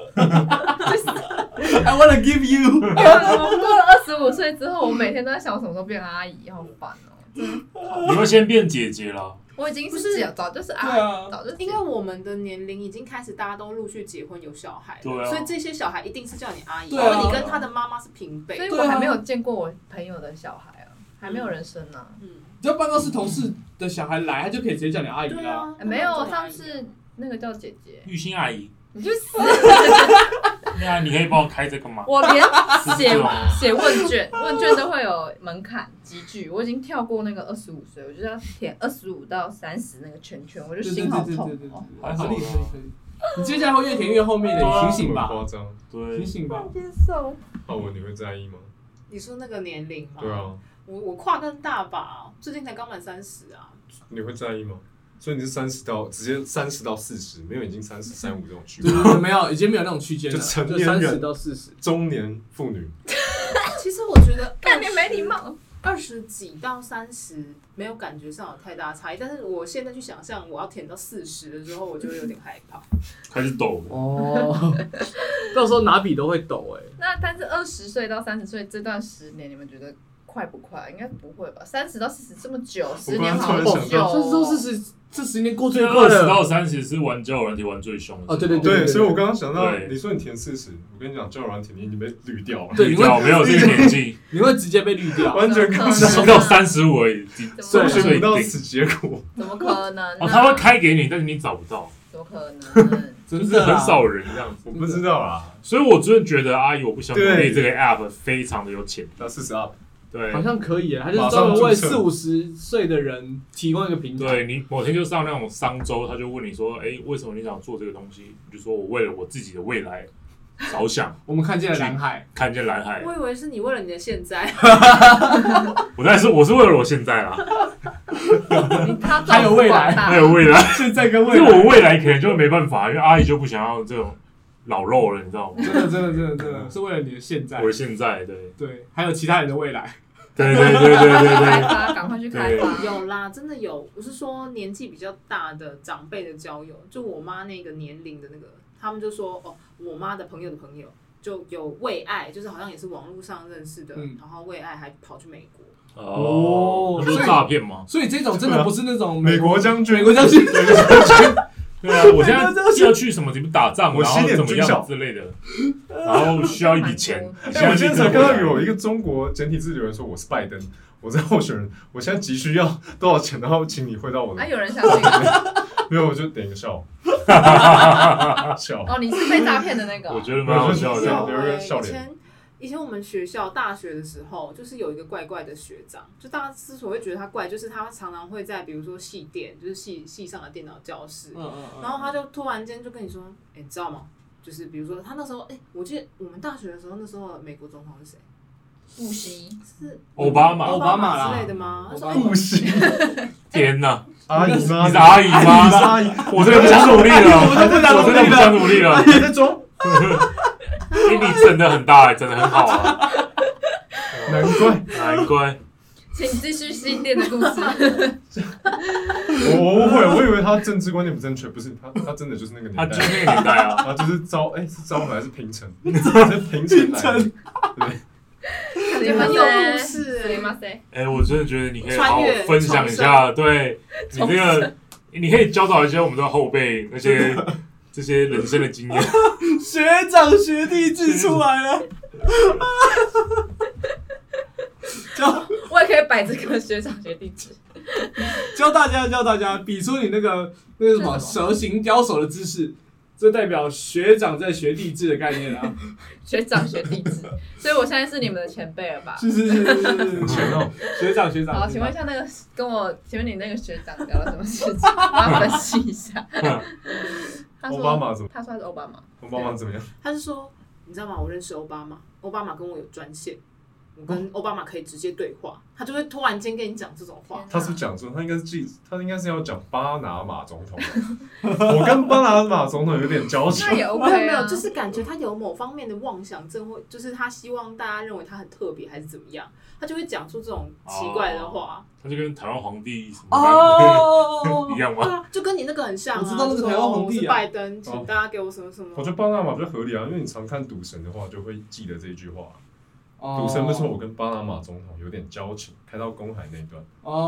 up。”I wanna give you。 过了25岁之后，我每天都在想我什么时候变阿姨，好烦哦。 你会先变姐姐了。 我已经是早就是早就因为我们的年龄已经开始，大家都陆续结婚有小孩了，所以这些小孩一定是叫你阿姨，因为你跟他的妈妈是平辈。 所以我还没有见过我朋友的小孩啊，还没有人生呢。 只要办公室同事的小孩来，他就可以直接叫你阿姨了。没有，上次那个叫姐姐玉欣阿姨。 你去死！ 那你可以帮我开这个吗？ 我连写问卷都会有门槛集聚，我已经跳过那个25岁，我就要填25到30那个圈圈，我就心好痛哦。 好，可以。你接下来会越填越后面的，你醒醒吧。 夸张， 对，醒醒吧。 接受。 浩文，你会在意吗？ 你说那个年龄吗？ 对啊。 我跨更大吧，最近才刚满30啊。 你会在意吗？所以你是直接30到40，没有已经30、35这种区间。对，没有，已经没有那种区间了。 就成年人 30到40， 中年妇女。 其实我觉得， 看你没礼貌。 20几到30没有感觉上有太大差异，但是我现在去想象我要填到40的时候，我就会有点害怕， 开始抖哦。到时候拿笔都会抖哎。 那但是20岁到30岁这段10年，你们觉得快不快？应该不会吧？30到40这么久，10年好久。 30到40。这10年过最快的。 20到30是玩交友软体玩最凶的。 对，所以我刚刚想到，你说你填40，我跟你讲，交友软体你已经被滤掉了。 对， 没有这个年纪， 你会直接被滤掉， 完全看 17到35而已， 搜寻不到此结果。 怎么可能？ 他会开给你，但是你找不到。 怎么可能？ 真的很少人这样子。 我不知道啦。 所以我真的觉得阿姨我不想努力这个 app 非常的有潜力。 到40 up。 对， 好像可以耶，他就是专门为40、50岁的人提供一个平台。 对，你某天就上那种商周，他就问你说：“为什么你想做这个东西？”你就说：“我为了我自己的未来着想。” 我们看见了蓝海， 看见蓝海。 我以为是你为了你的现在。 我是为了我现在啦。 还有未来， 还有未来， 现在跟未来。 因为我未来可能就没办法，因为阿姨就不想要这种老肉了，你知道吗？ 真的是为了你的现在。 我的现在， 对，还有其他人的未来。 对， 赶快去开发。 有啦，真的有。我是说年纪比较大的长辈的交友，就我妈那个年龄的那个，他们就说我妈的朋友的朋友就有为爱，就是好像也是网络上认识的，然后为爱还跑去美国。 这是诈骗吗？ 所以这种真的不是那种美国将军。 对啊，我现在要去什么地方打仗，然后怎么样之类的，然后需要一笔钱。 我今天才看到有一个中国简体字留言说我是拜登，我在候选人，我现在急需要多少钱，然后请你汇到我的。 有人相信吗？ 没有，我就点一个笑。笑。 你是被诈骗的那个。 我觉得蛮好笑的， 留一个笑脸。 以前我们学校大学的时候，就是有一个怪怪的学长，就大家之所以觉得他怪，就是他常常会在比如说系电，就是系上的电脑教室，然后他就突然间就跟你说，你知道吗？就是比如说他那时候，我记得我们大学的时候，那时候美国总统是谁？ 布希是奥巴马之类的吗？ 布希， 天哪！ 阿姨吗？ 你是阿姨吗？我真的不想努力了，我真的不想努力了。 你在装？ 你整的很大，整的很好啊！ 难怪。 请继续新店的故事。 我误会，我以为他政治观念不正确，不是他真的就是那个年代， 他就是那个年代啊， 他就是是招牌还是平成，是平成来的，对。 你很有故事我真的觉得你可以好好分享一下，对你这个，你可以教导一些我们的后辈这些人生的经验。 学长学弟制出来了。 我也可以摆这个学长学弟制， 教大家比出你那个什么蛇形雕手的姿势，这代表学长在学弟制的概念啊。 学长学弟制，所以我现在是你们的前辈了吧？ 是学长。 好，请问一下请问你那个学长聊了什么事情？我要分析一下。 奥巴马怎么？ 他说他是奥巴马。 奥巴马怎么样？ 他是说，你知道吗？我认识奥巴马，奥巴马跟我有专线。我跟奥巴马可以直接对话，他就会突然间跟你讲这种话。 他是讲说，他应该是要讲巴拿马总统。我跟巴拿马总统有点交情。 那也 OK 啊。 没有，就是感觉他有某方面的妄想症，或就是他希望大家认为他很特别，还是怎么样，他就会讲出这种奇怪的话。 他就跟台湾皇帝什么一样吗？ 对啊，就跟你那个很像啊。 我知道那个台湾皇帝啊。 我是拜登，请大家给我什么什么。 我觉得巴拿马比较合理啊，因为你常看赌神的话，就会记得这一句话。赌神不是说我跟巴拿马总统有点交情，开到公海那一段。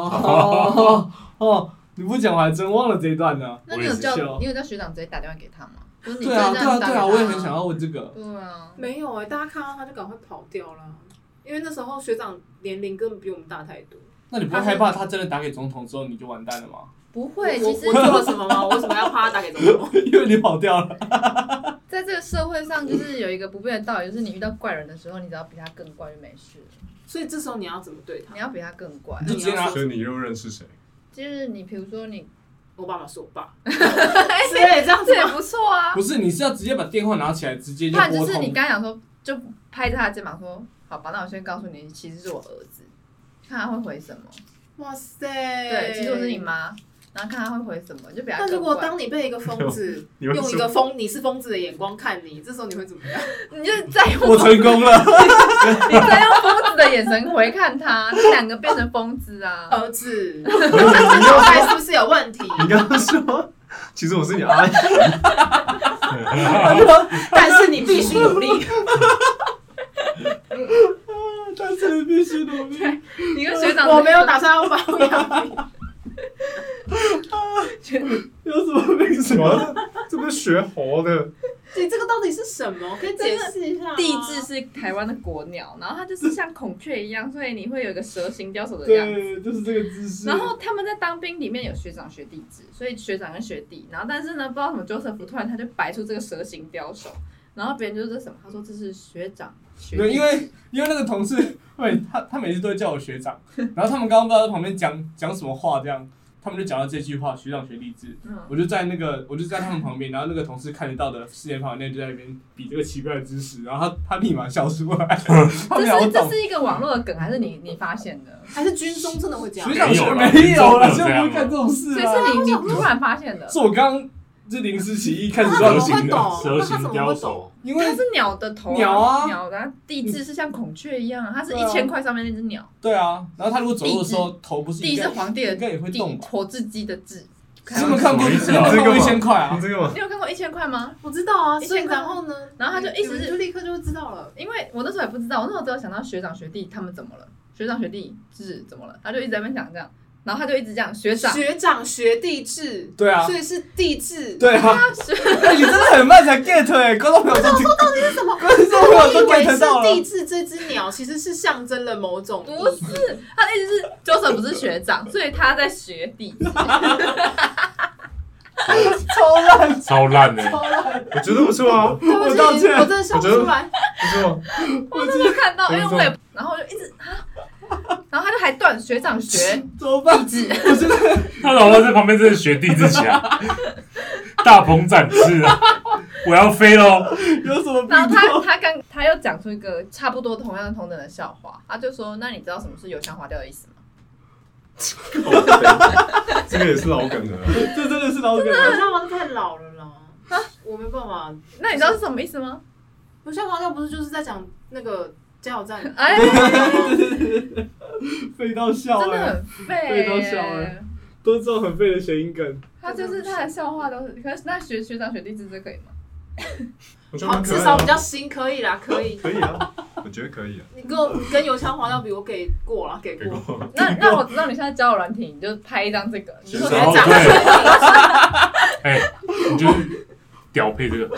你不讲我还真忘了这一段呢。 那你有叫学长直接打电话给他吗？ 对啊，我也很想要问这个。 对啊， 没有大家看到他就赶快跑掉了，因为那时候学长年龄根本比我们大太多。 那你不会害怕他真的打给总统之后你就完蛋了吗？ 不会，其实我做了什么吗？我为什么要怕他打给总统？ 因为你跑掉了。 在这个社会上，就是有一个不变的道理，就是你遇到怪人的时候，你只要比他更怪就没事了。 所以这时候你要怎么对他？ 你要比他更怪。 所以你又认识谁？ 就是你，比如说奥巴马是我爸，之类这样子也不错啊。 不是，你是要直接把电话拿起来，直接就拨通。 就是你刚讲说，就拍着他的肩膀说：“好吧，那我先告诉你，其实是我儿子，看他会回什么。” 哇塞！ 对，其实我是你妈。然后看他会回什么，就比他更怪。 那如果当你被一个疯子用一个你是疯子的眼光看你，这时候你会怎么样？ 你就再用我成功了。 你再用疯子的眼神回看他，你两个变成疯子啊！ 儿子，你脑袋是不是有问题？ 你刚刚说，其实我是你阿姨。 但是你必须努力。 但是你必须努力。 你跟学长， 我没有打算要把我养你。 有什么病？ 什么？这不是学活的？ 你这个到底是什么？可以解释一下吗？ 帝雉是台湾的国鸟，然后它就是像孔雀一样，所以你会有一个蛇形雕手的样子。 对，就是这个姿势。 然后他们在当兵里面有学长学弟制，所以学长跟学弟。然后但是呢，不知道什么Joseph突然他就摆出这个蛇形雕手，然后别人就说这是什么？他说这是学长学弟制。 因为那个同事，他每次都会叫我学长，然后他们刚刚不知道在旁边讲什么话这样。他们就讲到这句话，学长学弟制，我就在他们旁边，然后那个同事看得到的视线范围内就在那边比这个奇怪的姿势，然后他立马笑出来。 这是一个网络的梗，还是你发现的？ 还是军中真的会这样？ 学长学没有了，现在不会干这种事啊。 所以是你突然发现的？ 是我刚是临时起意开始蛇形雕手， 因为它是鸟的头，鸟的帝雉是像孔雀一样，它是1000块上面那只鸟。 对啊，然后它如果走路的时候头不是帝是皇帝的帝， 火字鸡的字。 你有没有看过1000块啊？ 你有看过1000块吗？ 我知道啊，所以然后呢？ 然后他就就立刻就会知道了， 因为我那时候也不知道，我那时候只有想到学长学弟他们怎么了，学长学弟制怎么了，他就一直在那边讲这样。然后他就一直这样，学长学弟制， 对啊， 所以是弟制， 对啊，你真的很慢才 get 观众朋友我说到底是什么？ 观众朋友都 get 到了。 帝制这只鸟其实是象征了某种， 不是，他的意思是Joseph不是学长，所以他在学弟。 超烂的， 我觉得不错啊， 我道歉，我真的笑不出来， 不错， 我真的看到，因为我也，然后我就一直然后他就还断学长学弟制， 他老婆在旁边真的学弟制起来，大鹏展翅啊！我要飞喽！ 有什么？ 然后他又讲出一个差不多同样同等的笑话，他就说：“那你知道什么是油腔滑调的意思吗？” 这个也是老梗的， 这真的是老梗。 油腔滑调太老了啦，我没办法。 那你知道是什么意思吗？ 油腔滑调不是就是在讲那个加油站， 哎， 废到笑真的很废到笑都是这种很废的谐音梗。 他就是他的笑话都是，可是那学长学弟制这可以吗？ 好，至少比较新，可以啦，可以。 可以啊，我觉得可以啊。 你跟油腔滑调比，我给过了，给过。 那我知道你现在交友软体，你就拍一张这个，你说学长哎，你就是屌配这个。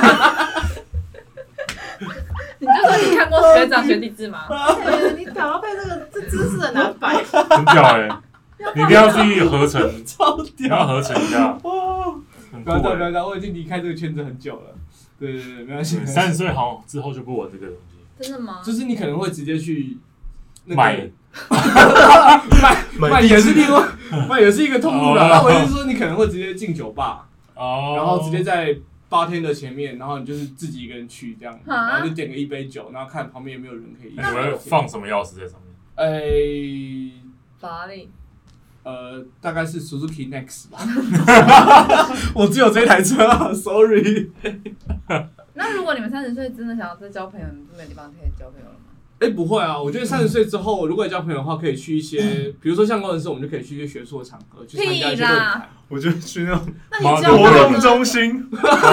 你就说你看过学长学弟制吗？ 你屌要配这姿势很难摆。 很屌哎，你一定要去合成， 超屌， 你要合成一下。 不要，我已经离开这个圈子很久了。对，没关系。 30岁好之后就不玩这个东西。 真的吗？ 就是你可能会直接去买也是另外卖也是一个通路啦。那我是说你可能会直接进酒吧，然后直接在bartender前面，然后你就是自己一个人去这样，然后就点个一杯酒，然后看旁边有没有人可以。 你会放什么钥匙在上面？ 法拉利。 大概是 Suzuki Next 吧。我只有这台车啊 ，sorry。 那如果你们30岁真的想要再交朋友，你们就没地方可以交朋友了吗？ 不会啊，我觉得30岁之后，如果要交朋友的话，可以去一些，比如说像工程师，我们就可以去一些学术的场合，去参加一些论坛。 我觉得去那种活动中心，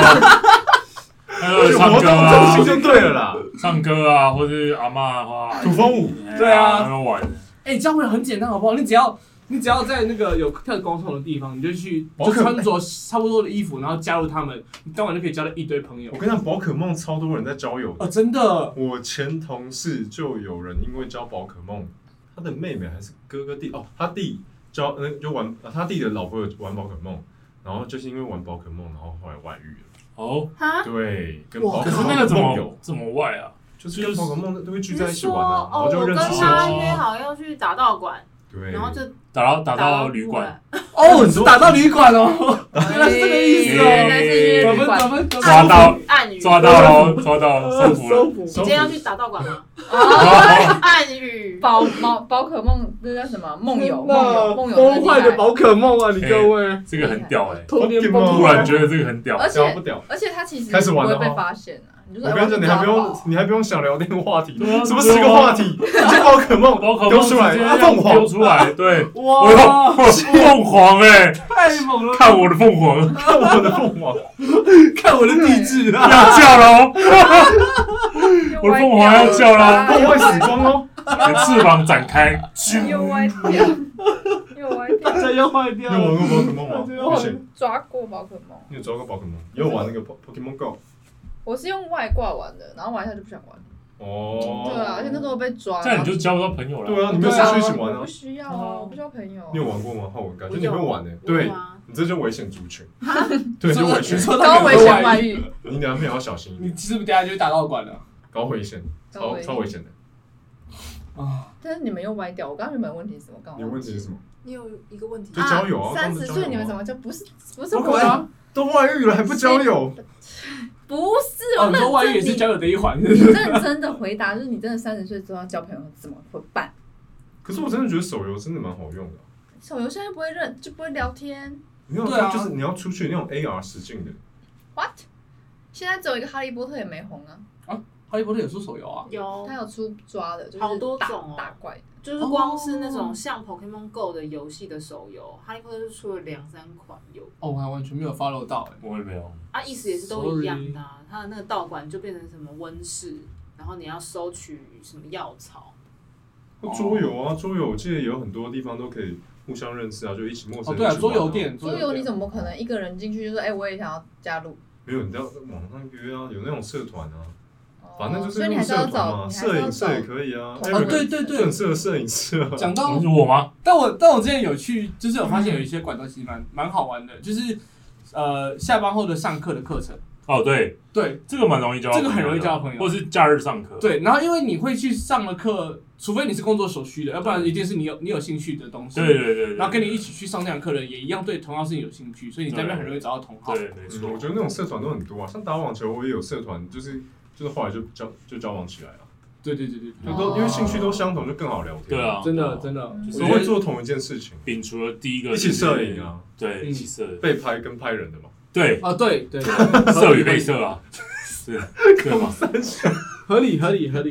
唱歌啊， 就对了啦， 唱歌啊，或者阿嬷的话， 土风舞， 对啊， 很好玩。 交朋友很简单，好不好？你只要在那个有特广场的地方，你就去，就穿着差不多的衣服，然后加入他们，你当晚就可以交到一堆朋友。 我跟你讲，宝可梦超多人在交友的真的。 我前同事就有人因为交宝可梦，他的妹妹还是哥哥弟他弟就玩他弟的老婆有玩宝可梦，然后就是因为玩宝可梦，然后后来外遇了。对，跟宝可梦可是那个怎么外啊？ 就是跟宝可梦都会聚在一起玩啊，然后就认识。 我跟他约好要去打道馆。 对， 然后就打到旅馆。 你是打到旅馆哦，原来是这个意思哦。咱们抓到暗语， 抓到收服了。 你今天要去打道馆吗？暗语， 宝可梦那叫什么？梦游崩坏的宝可梦啊！你各位， 这个很屌哎， 突然觉得这个很屌， 而且它其实不会被发现啊。 我跟你讲，你还不用想聊天话题，什么10个话题，你就宝可梦丢出来，凤凰丢出来，对， 哇， 凤凰哎， 太猛了！ 看我的凤凰，看我的地质要叫喽！我的凤凰要叫喽， 凤凰会死光哦， 翅膀展开， 又歪掉， 大家要坏掉。 你有玩过宝可梦吗？ 抓过宝可梦。 你有抓过宝可梦？你有玩那个 Pokemon Go？ 我是用外挂玩的，然后玩一下就不想玩了。对啊，而且那时候被抓。 这样你就交不到朋友了。 对啊，你没有下去一起玩啊。 不需要啊，我不需要朋友。 你有玩过吗？我感觉你会玩的。对，你这就危险族群。对，就危险。 高危险外遇。 你男朋友要小心一点。 你是不是等下就打道馆了？ 高危险，超危险的。 但是你们又歪掉，我刚刚原本问题是什么？ 你问题是什么？ 你有一个问题。 就交友啊 ！30岁你们怎么就不是我啊？都外遇了还不交友？ 不是， 你说外遇也是交友的一环。 你认真的回答，就是你真的30岁之后要交朋友怎么会办？ 可是我真的觉得手游真的蛮好用的。 手游现在不会聊天。 没有，就是你要出去那种 AR 实境的。 What？ 现在只有一个哈利波特也没红啊。 哈利波特有出手游啊？ 有， 他有出抓的，就是好多种打怪的。 就是光是那种像 Pokemon Go 的游戏的手游，哈利波特就出了2-3款有。 我还完全没有 follow 到我也没有。 意思也是都一样的。它的那个道馆就变成什么温室，然后你要收取什么药草。 桌游啊，桌游我记得有很多地方都可以互相认识啊，就一起陌生人。 对啊，桌游店。 桌游你怎么可能一个人进去就说我也想要加入？ 没有，你要网上约啊，有那种社团啊。反正就是所以你还是要找摄影社也可以啊。 对， 就很适合摄影师啊。 讲到我吗？ 但我之前有去，就是有发现有一些管道其实蛮好玩的，就是下班后的上课的课程。 对，这个蛮容易交， 这个很容易交朋友， 或是假日上课。 对，然后因为你会去上了课，除非你是工作所需的，要不然一定是你有兴趣的东西。 对。 然后跟你一起去上那堂课的人也一样对同样事情有兴趣，所以你在那边很容易找到同好。 对，没错。 我觉得那种社团都很多啊，像打网球我也有社团，就是后来就交往起来了。 对， 因为兴趣都相同，就更好聊天。 对啊， 真的， 都会做同一件事情。 摒除了第一个一起摄影啊， 对，一起摄被拍跟拍人的嘛。 对， 对， 摄与被摄啊，是，对吗？ 合理。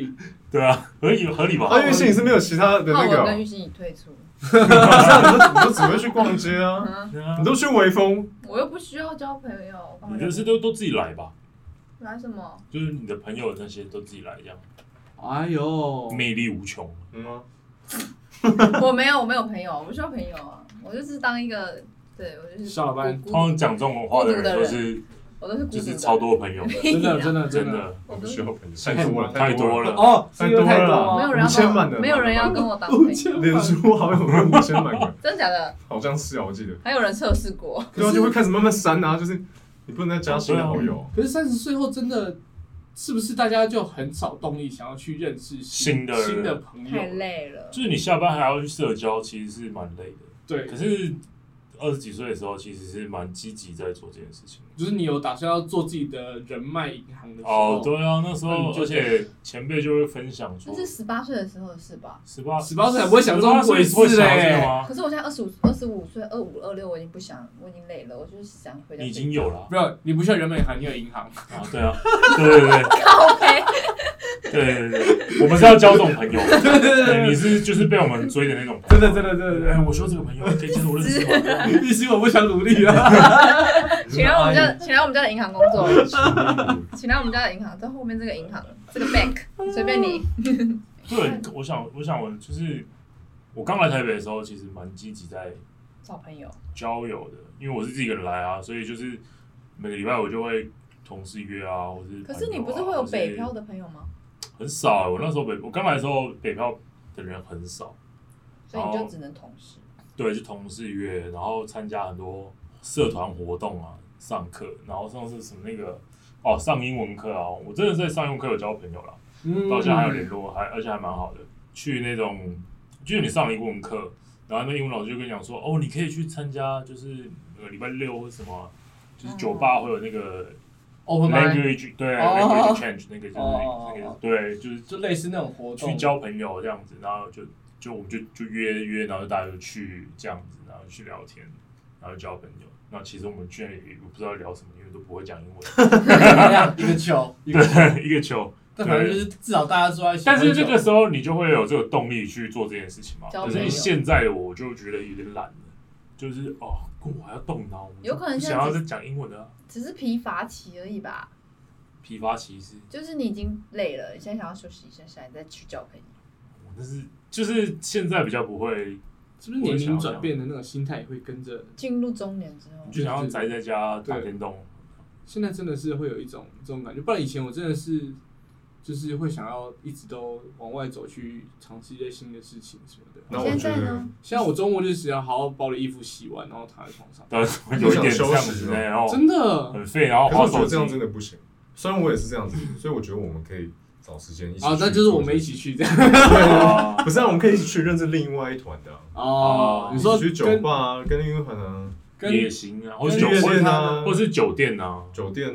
对啊，合理吧？ 因为心理是没有其他的那个。 我跟玉心怡退出。 这样你都只会去逛街啊，你都去微风。 我又不需要交朋友。 你就是都自己来吧？ 来什么？ 就是你的朋友那些都自己来这样。 哎呦， 魅力无穷。 我没有朋友，我不需要朋友啊，我就是当一个，对我就是小老板。 通常讲这种话的人都是。 我都是就是超多朋友的， 真的， 我不需要朋友， 太多了哦， 太多了， 没有人要跟我当朋友， 脸书好像有5000满个， 真假的？ 好像是啊，我记得。 还有人测试过， 对啊，就会开始慢慢删啊，就是你不能再加新的好友。 可是30岁后真的是不是大家就很少动力想要去认识新的朋友？ 太累了， 就是你下班还要去社交，其实是蛮累的。 对， 可是20几岁的时候，其实是蛮积极在做这件事情。 就是你有打算要做自己的人脉银行的时候。 对啊，那时候而且前辈就会分享说， 这是18岁的时候的事吧 ？18岁还不会想这种鬼事嘞。 可是我现在25岁，25、26，我已经不想，我已经累了，我就是想回家。 你已经有了， 不要，你不需要人脉银行，你有银行啊？对啊，对。 靠北。 对，我们是要交这种朋友。对，你是就是被我们追的那种朋友。 真的。 我说这个朋友可以接受我认识吗？ 必须我不想努力了。 请来我们家的银行工作。请来我们家的银行，在后面这个银行，这个 bank 随便你。 对，我想就是我刚来台北的时候，其实蛮积极在找朋友、 交友的，因为我是自己一个人来啊，所以就是每个礼拜我就会同事约啊，或是。 可是你不是会有北漂的朋友吗？ 很少，我那时候我刚来的时候北漂的人很少， 所以你就只能同事。 对，就同事约，然后参加很多社团活动啊，上课，然后上次什么那个上英文课啊，我真的在上英文课有交朋友啦，到现在还有联络，而且还蛮好的。去那种就是你上了英文课，然后那英文老师就跟你讲说，你可以去参加，就是礼拜6或什么，就是酒吧会有那个。language 对 language change 那个就是那个对， 就类似那种活动， 去交朋友这样子，然后就我们就约，然后大家就去这样子，然后去聊天，然后交朋友。那其实我们居然也不知道聊什么，因为都不会讲英文。 一个球， 对，一个球。 但反正就是至少大家坐在一起。 但是这个时候你就会有这个动力去做这件事情嘛。可是现在的我就觉得有点懒了，就是我还要动脑， 有可能想要再讲英文的。 只是疲乏期而已吧。 疲乏期是？ 就是你已经累了，你现在想要休息一下，你再去交朋友。 但是就是现在比较不会， 是不是年龄转变的那种心态也会跟着进入中年之后， 就想要宅在家打电动。 现在真的是会有一种这种感觉，不然以前我真的是就是会想要一直都往外走去尝试一些新的事情什么的。 那我觉得， 现在我周末就是要好好把我的衣服洗完，然后躺在床上。 对，有一点这样子然后真的很废，然后可是我觉得这样真的不行。虽然我也是这样子，所以我觉得我们可以找时间一起去。 那就是我们一起去这样。 不是我们可以一起去认识另外一团的。 你说去酒吧啊，跟另一团啊。 也行啊，或是酒店啊，或是酒店啊， 酒店，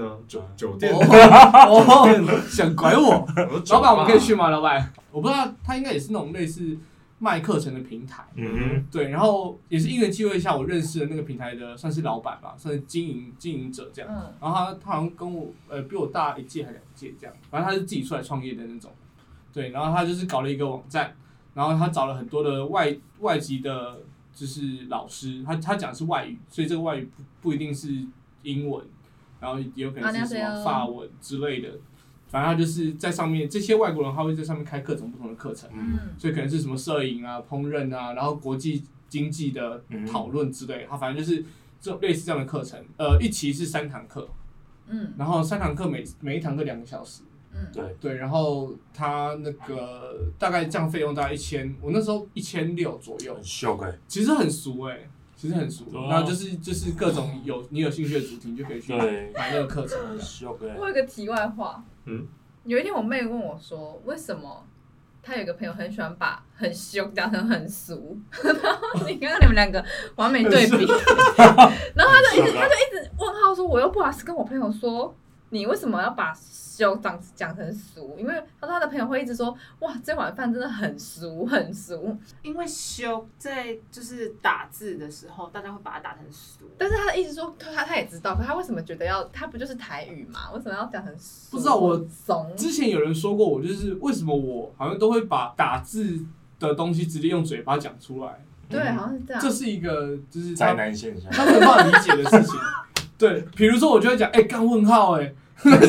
想拐我？老板，我们可以去吗？老板，我不知道，他应该也是那种类似卖课程的平台，对，然后也是因缘际会下，我认识了那个平台的算是老板吧，算是经营者这样，然后他好像跟我比我大1届还2届这样，反正他是自己出来创业的那种，对，然后他就是搞了一个网站，然后他找了很多的外籍的。就是老师，他讲的是外语，所以这个外语不一定是英文，然后也有可能是什么法文之类的。反正他就是在上面，这些外国人他会在上面开各种不同的课程，所以可能是什么摄影啊、烹饪啊，然后国际经济的讨论之类的。他反正就是这种类似这样的课程，一期是3堂课，然后3堂课每一堂课2个小时。对，然后他那个大概这样费用大概1000，我那时候1600左右， 很秀其实很俗其实很俗，然后就是各种你有兴趣的主题，你就可以去买那个课程。 我有一个题外话，有一天我妹问我说，为什么她有一个朋友很喜欢把很凶讲成很俗，然后你看看你们2个完美对比，然后她就一直问号说，我又不好意思跟我朋友说。 你为什么要把修讲成俗？因为他说他的朋友会一直说，哇，这碗饭真的很俗很俗。 因为修在就是打字的时候，大家会把它打成俗。 但是他的意思说，他也知道，可他为什么觉得他不就是台语嘛？为什么要讲成俗？ 不知道我怂。 之前有人说过我，就是为什么我好像都会把打字的东西直接用嘴巴讲出来。 对，好像是这样。 这是一个就是宅男现象， 他没有办法理解的事情。对，比如说我就会讲，干问号就是，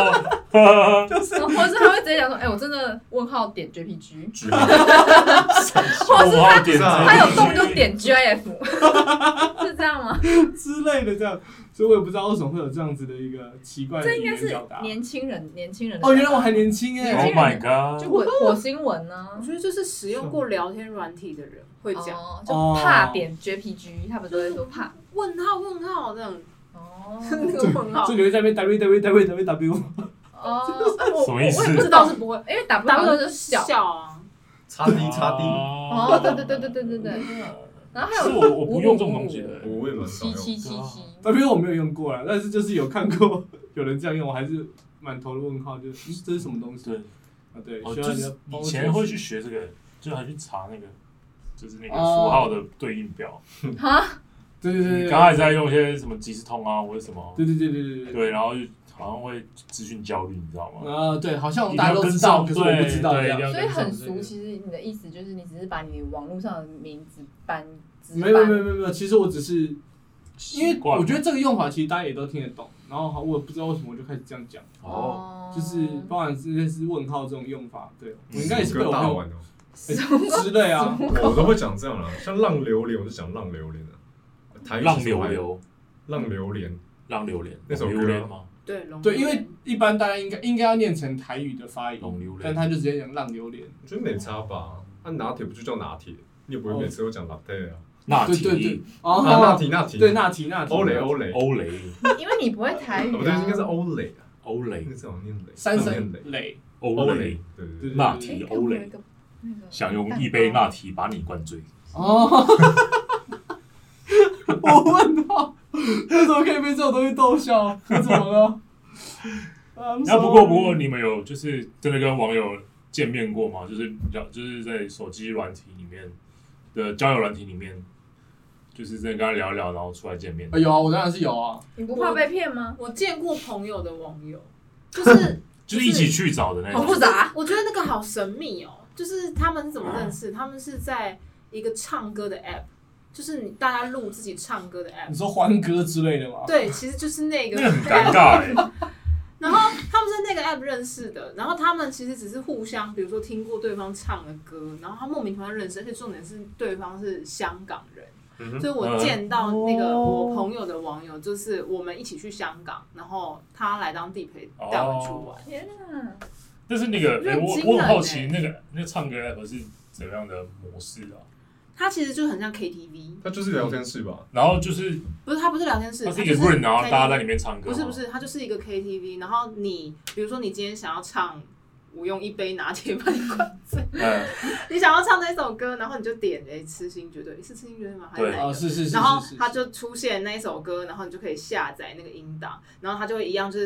或是他会直接讲说，我真的问号点 JPG， 或是他有动就点 GIF， 是这样吗？ 之類的這樣，所以我也不知道為什麼會有這樣子的一個奇怪的語言表達。 這應該是年輕人哦，原來我還年輕耶 ！Oh my god！ 就火星文呢？ 我覺得就是使用過聊天軟體的人會講， 就怕點 JPG，他們都會說怕問號這樣。 哦， 那個問號， 就你會在那邊 www。 我也不知道是不會，因為 W 就是笑啊， 擦 D。 哦，對。然後還有我不用這種東西的， 我也蠻少用。 W 我沒有用過啦，但是就是有看過有人這樣用，我還是滿頭的問號，就這是什麼東西？對， 就是以前會去學這個，就還去查那個，就是那個符號的對應表。 哈？ 對。 剛開始在用一些什麼即時通啊，或者什麼。 對。對， 然後好像會資訊焦慮，你知道嗎？ 對，好像大家都知道，可是我不知道。 所以很俗，其實你的意思就是你只是把你網絡上的名字搬。 沒有，其實我只是，因為我覺得這個用法其實大家也都聽得懂，然後我也不知道為什麼我就開始這樣講。哦。就是包含這些是問號這種用法，對，我應該也是被我朋友之類啊。 我都會講這樣啦，像浪榴蓮我就講浪榴蓮啊。 浪榴蓮。 那首歌嗎？ 對，因為一般大家應該要念成台語的發音，但他就直接講浪榴蓮。 我覺得沒差吧，拿鐵不就叫拿鐵？你也不會每次都講 latte 啊。 拿鐵。 對， 拿鐵。 對，拿鐵。 歐蕾。 因為你不會台語。 不對，應該是歐蕾。 歐蕾。 那個字好念蕾。 三聲蕾。 歐蕾。對。拿鐵歐蕾。想用一杯拿鐵把你灌醉。 哦。我問到，為什麼可以被這種東西逗笑？我怎麼了？ 那不過你們有就是真的跟網友見面過嗎？就是在手機軟體裡面的交友軟體裡面，就是真的跟他聊一聊，然後出來見面。 有啊，我當然是有啊。 你不怕被騙嗎？ 我見過朋友的網友，就是一起去找的那種。 好複雜， 我覺得那個好神秘哦。就是他們是怎麼認識？他們是在一個唱歌的 app。就是大家錄自己唱歌的 app， 你說歡歌之類的嗎？ 對，其實就是那個。 那很尷尬然後他們是那個 app 認識的，然後他們其實只是互相，比如說聽過對方唱的歌，然後他莫名其妙認識，而且重點是對方是香港人，所以我見到那個我朋友的網友，就是我們一起去香港，然後他來當地陪帶我出玩。 天啊！ 但是那個，我很好奇，那個唱歌 app 是怎樣的模式啊？ 它其實就很像 KTV， 它就是聊天室吧。 然後就是不是，它不是聊天室， 它是一個 room， 然後大家在裡面唱歌。 不是，它就是一個 KTV。然後你，比如說你今天想要唱我用一杯拿鐵把你灌醉，你想要唱那首歌，然後你就點痴心絕對，是痴心絕對嗎？還是哪一個？ 是。 然後它就出現那一首歌，然後你就可以下載那個音檔，然後它就會一樣，就是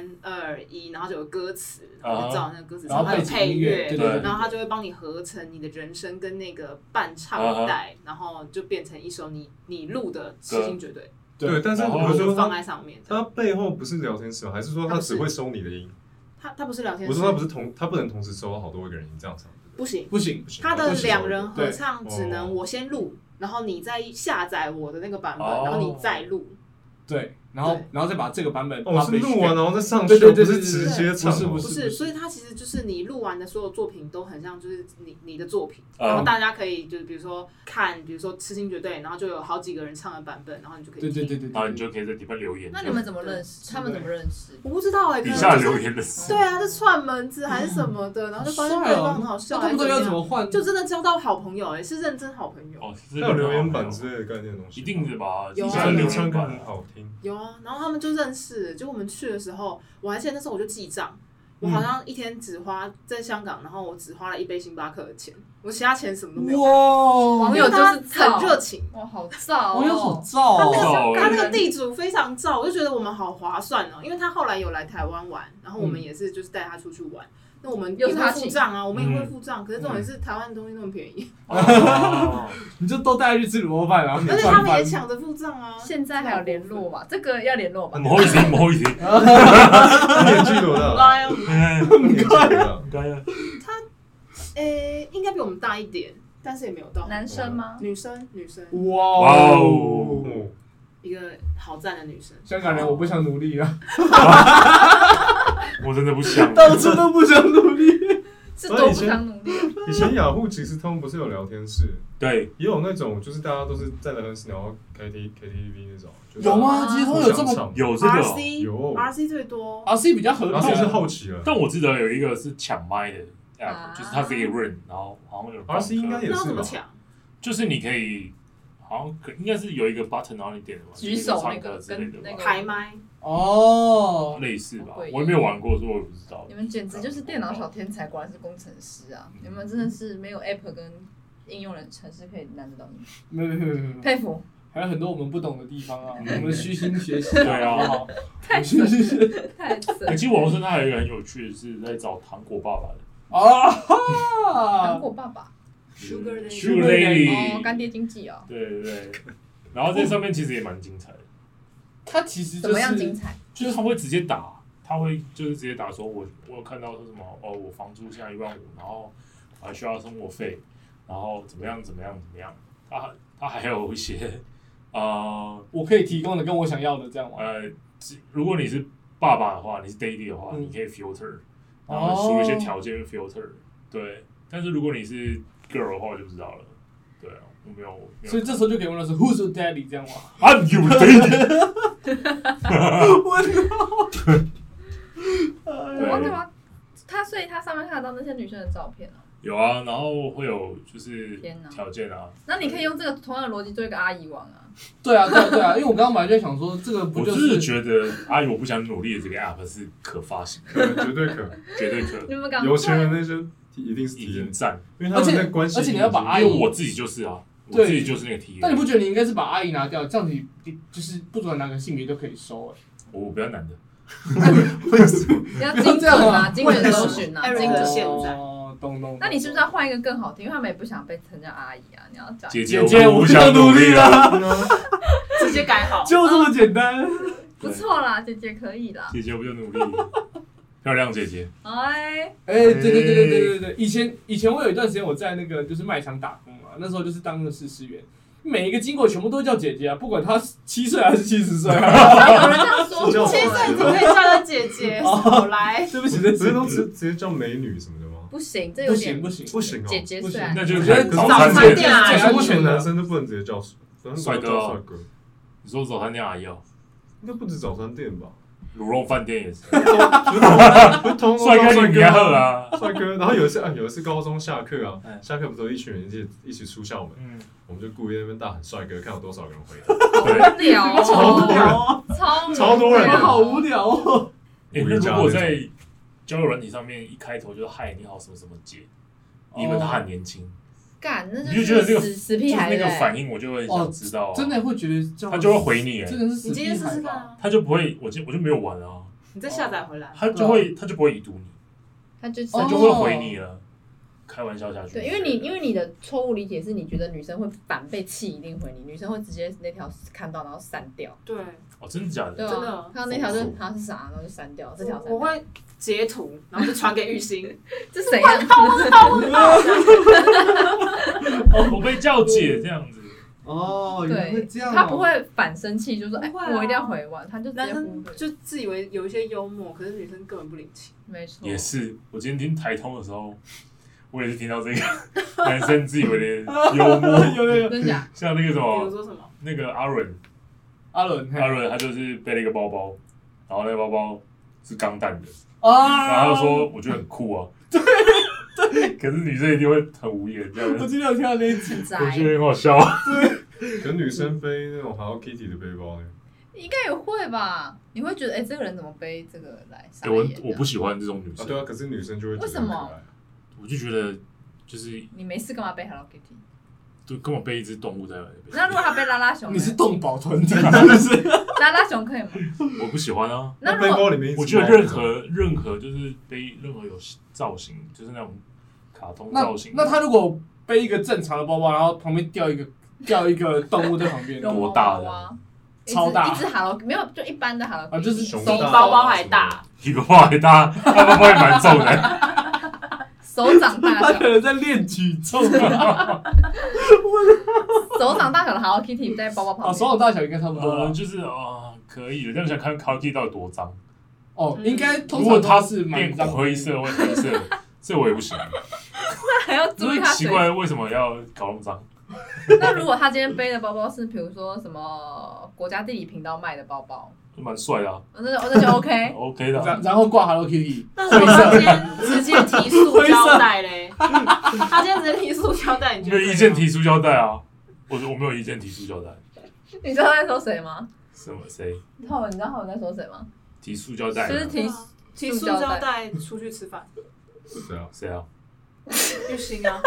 3、2、1，然後就有歌詞，然後就照那個歌詞，然後還有配樂，然後它就會幫你合成你的人聲跟那個伴唱帶，然後就變成一首你錄的痴心絕對。 對，但是我說放在上面， 它背後不是聊天室嗎？還是說它只會收你的音？ 它不是聊天室， 我說它不能同時收到好多個人音這樣唱， 不行， 它的2人合唱只能我先錄，然後你再下載我的那個版本，然後你再錄。 對，然後再把這個版本是錄完然後再上去，不是直接唱， 不是，所以它其實就是你錄完的所有作品都很像就是你的作品，然後大家可以就是比如說看，比如說痴心絕對，然後就有好幾個人唱的版本，然後你就可以聽， 對， 然後你就可以在底下留言。 那你們怎麼認識？他們怎麼認識？ 我不知道哎， 底下留言的事。 對啊，就串門子還是什麼的，然後就發現對方很好笑， 他們要怎麼換？ 就真的交到好朋友哎，是認真好朋友。 還有留言板之類的概念的東西， 一定的吧？ 有啊， 留唱歌很好聽。 有啊，然後他們就認識，就我們去的時候，我還記得那時候我就記賬， 我好像一天只花在香港，然后我只花了1杯星巴克的钱，我其他钱什么都没有。 网友就是很热情， 哇，好燥哦！ 网友好燥哦！ 他那个地主非常燥，我就觉得我们好划算哦，因为他后来有来台湾玩，然后我们也是就是带他出去玩。那我们也会付账啊，我们也会付账，可是重点是台湾的东西那么便宜， 你就都带他去吃卤肉饭啊， 而且他们也抢着付账啊。 现在还有联络吧？这个要联络吧？ 不好意思， 年纪多大？ 应该啊。 他应该比我们大一点，但是也没有到。 男生吗？ 女生。 哇哦！ 一个好赞的女生。 香港人，我不想努力了。 我真的不想， 到处都不想努力， 是都不想努力。 以前雅虎其实他们不是有聊天室， 对， 也有那种就是大家都是在聊天室，然后 KTV 那种。 有吗？其实他们有这么有这个 RC 最多 ，RC 比较合理 ，RC 是后期了。 但我记得有一个是抢麦的 app，就是它可以 run， 然后好像有 RC 应该也是吧？ 就是你可以。好像应该是有一个 button 然后你点的吧， 举手那个之类的吧， 开麦哦， 类似吧，我也没有玩过，所以我也不知道。 你们简直就是电脑小天才，果然是工程师啊！你们真的是没有 app 跟应用程式可以难得到你们。 没佩服。 还有很多我们不懂的地方啊，我们虚心学习。 对啊， 太神，太神。 其实网络上它还有一个很有趣的是在找糖果爸爸的糖果爸爸。 Sugar Lady 哦，干爹经济哦。 对，然后这上面其实也蛮精彩的。 他其实怎么样精彩？ 就是他会直接打，他会就是直接打说，我有看到说什么我房租现在15000，然后我还需要生活费，然后怎么样。他还有一些我可以提供的跟我想要的这样吗？ 如果你是爸爸的话，你是 daddy 的话，你可以 filter， 然后输一些条件 filter， 对。但是如果你是 girl 的话，我就不知道了。对啊，我没有。 所以这时候就可以问的是 Who's your daddy 这样吗 ？I'm your daddy。 我忘记吗？所以他上面看得到那些女生的照片啊。 有啊，然后会有就是条件啊。 那你可以用这个同样的逻辑做一个阿姨王啊。 对啊，因为我刚刚本来就在想说，这个不就是？ 我就是觉得阿姨我不想努力的这个 app 是可发行的， 绝对可。 你们敢？ 有钱人那些。一定是体验赞， 因为他们在关系， 而且你要把阿姨， 我自己就是啊，我自己就是那个体验。 但你不觉得你应该是把阿姨拿掉，这样子就是不管哪个性别都可以收我比较难的。 为什么？ 要精准啊，精准搜寻啊，精准现在。 懂。 那你是不是要换一个更好听？因为他们也不想被称叫阿姨啊，你要讲姐姐，我不想努力了， 直接改好， 就这么简单。 不错啦，姐姐可以啦。 姐姐，我不想努力。漂亮姐姐， 对，以前我有一段时间我在那个就是卖场打工嘛，那时候就是当那个试吃员，每一个经过全部都叫姐姐啊，不管她7岁还是70岁。 有人这样说 ，7岁你可以叫她姐姐，少来。 对不起， 不是都直接叫美女什么的吗？ 不行，这有点不行哦。 姐姐虽然， 那就早餐店阿姨， 为什么男生都不能直接叫帅哥？你说早餐店阿姨哦？ 应该不止早餐店吧？ 卤肉饭店也是， 帅哥你别喝啊， 帅哥。然后有一次高中下课啊，下课不都一群人一起出校门，我们就故意在那边大喊帅哥，看有多少人回答。 无聊， 超多人， 好无聊哦。 那如果在交友软体上面一开头就是嗨你好什么什么姐，你以为他很年轻？ 干，那就觉得那个死屁孩， 那个反应我就会想知道， 真的会觉得他就会回你， 真的是死屁孩。 你今天试试看啊， 他就不会，我就没有玩啊， 你再下载回来， 他就不会已读你，他就会回你了，开玩笑下去。 对，因为你的错误理解是你觉得女生会反被气一定回你，女生会直接那条看到然后删掉。 对， 真的假的？ 对啊， 真的， 看到那条就他是啥，然后就删掉这条。 我会截图，然后就传给玉兴， 这谁啊？ 我被叫姐这样子。 对，这样。 他不会反生气，就说我一定要回完，他就直接忽略。 就自以为有一些幽默，可是女生根本不领情。 没错。 也是，我今天听台通的时候，我也是听到这个男生自以为的幽默， 有， 真假？ 像那个什么， 比如说什么？ 那个阿伦，他就是背了一个包包，然后那个包包是钢弹的。然后他说我觉得很酷啊，对，可是女生一定会很无言这样。 我今天有听到那一集， 我觉得很好笑啊。 对，可女生背那种Hello Kitty 的背包呢？ 应该也会吧？你会觉得这个人怎么背这个来？ 我不喜欢这种女生。 对啊，可是女生就会觉得为什么？ 我就觉得就是你没事干嘛背 Hello Kitty？ 就根本背一只动物在那边。 那如果他背拉拉熊， 你是动保团体是不是？ 拉拉熊可以吗？ 我不喜欢啊。 那背包里面， 我觉得任何就是背任何有造型，就是那种卡通造型。 那他如果背一个正常的包包，然后旁边掉一个动物在旁边， 多大的？ 超大， 一只 Hello 没有，就一般的 Hello Kitty， 就是比包包还大， 比包包还大，他包包也蛮重的。 手掌大小， 他可能在练举重啊。 手掌大小的 Hello Kitty 在包包旁边。 手掌大小应该差不多。 就是可以的。但是想看 Hello Kitty 到底多脏。 应该通常如果它是变灰色或黑色，这我也不行。 那还要注意它。 奇怪，为什么要搞那么脏？ 那如果他今天背的包包是，比如说什么国家地理频道卖的包包， 就蛮帅的啊。 那就 OK。 OK 的。 然后挂 Hello Kitty。 那如果他今天直接提塑胶袋嘞？他今天直接提塑胶袋，你觉得？ 没有意见提塑胶袋啊。我没有意见提塑胶袋。 你知道他在说谁吗？ 什么谁？ 你知道浩文在说谁吗？ 提塑胶袋。 就是提塑胶袋出去吃饭。 谁啊？ 玉兴啊。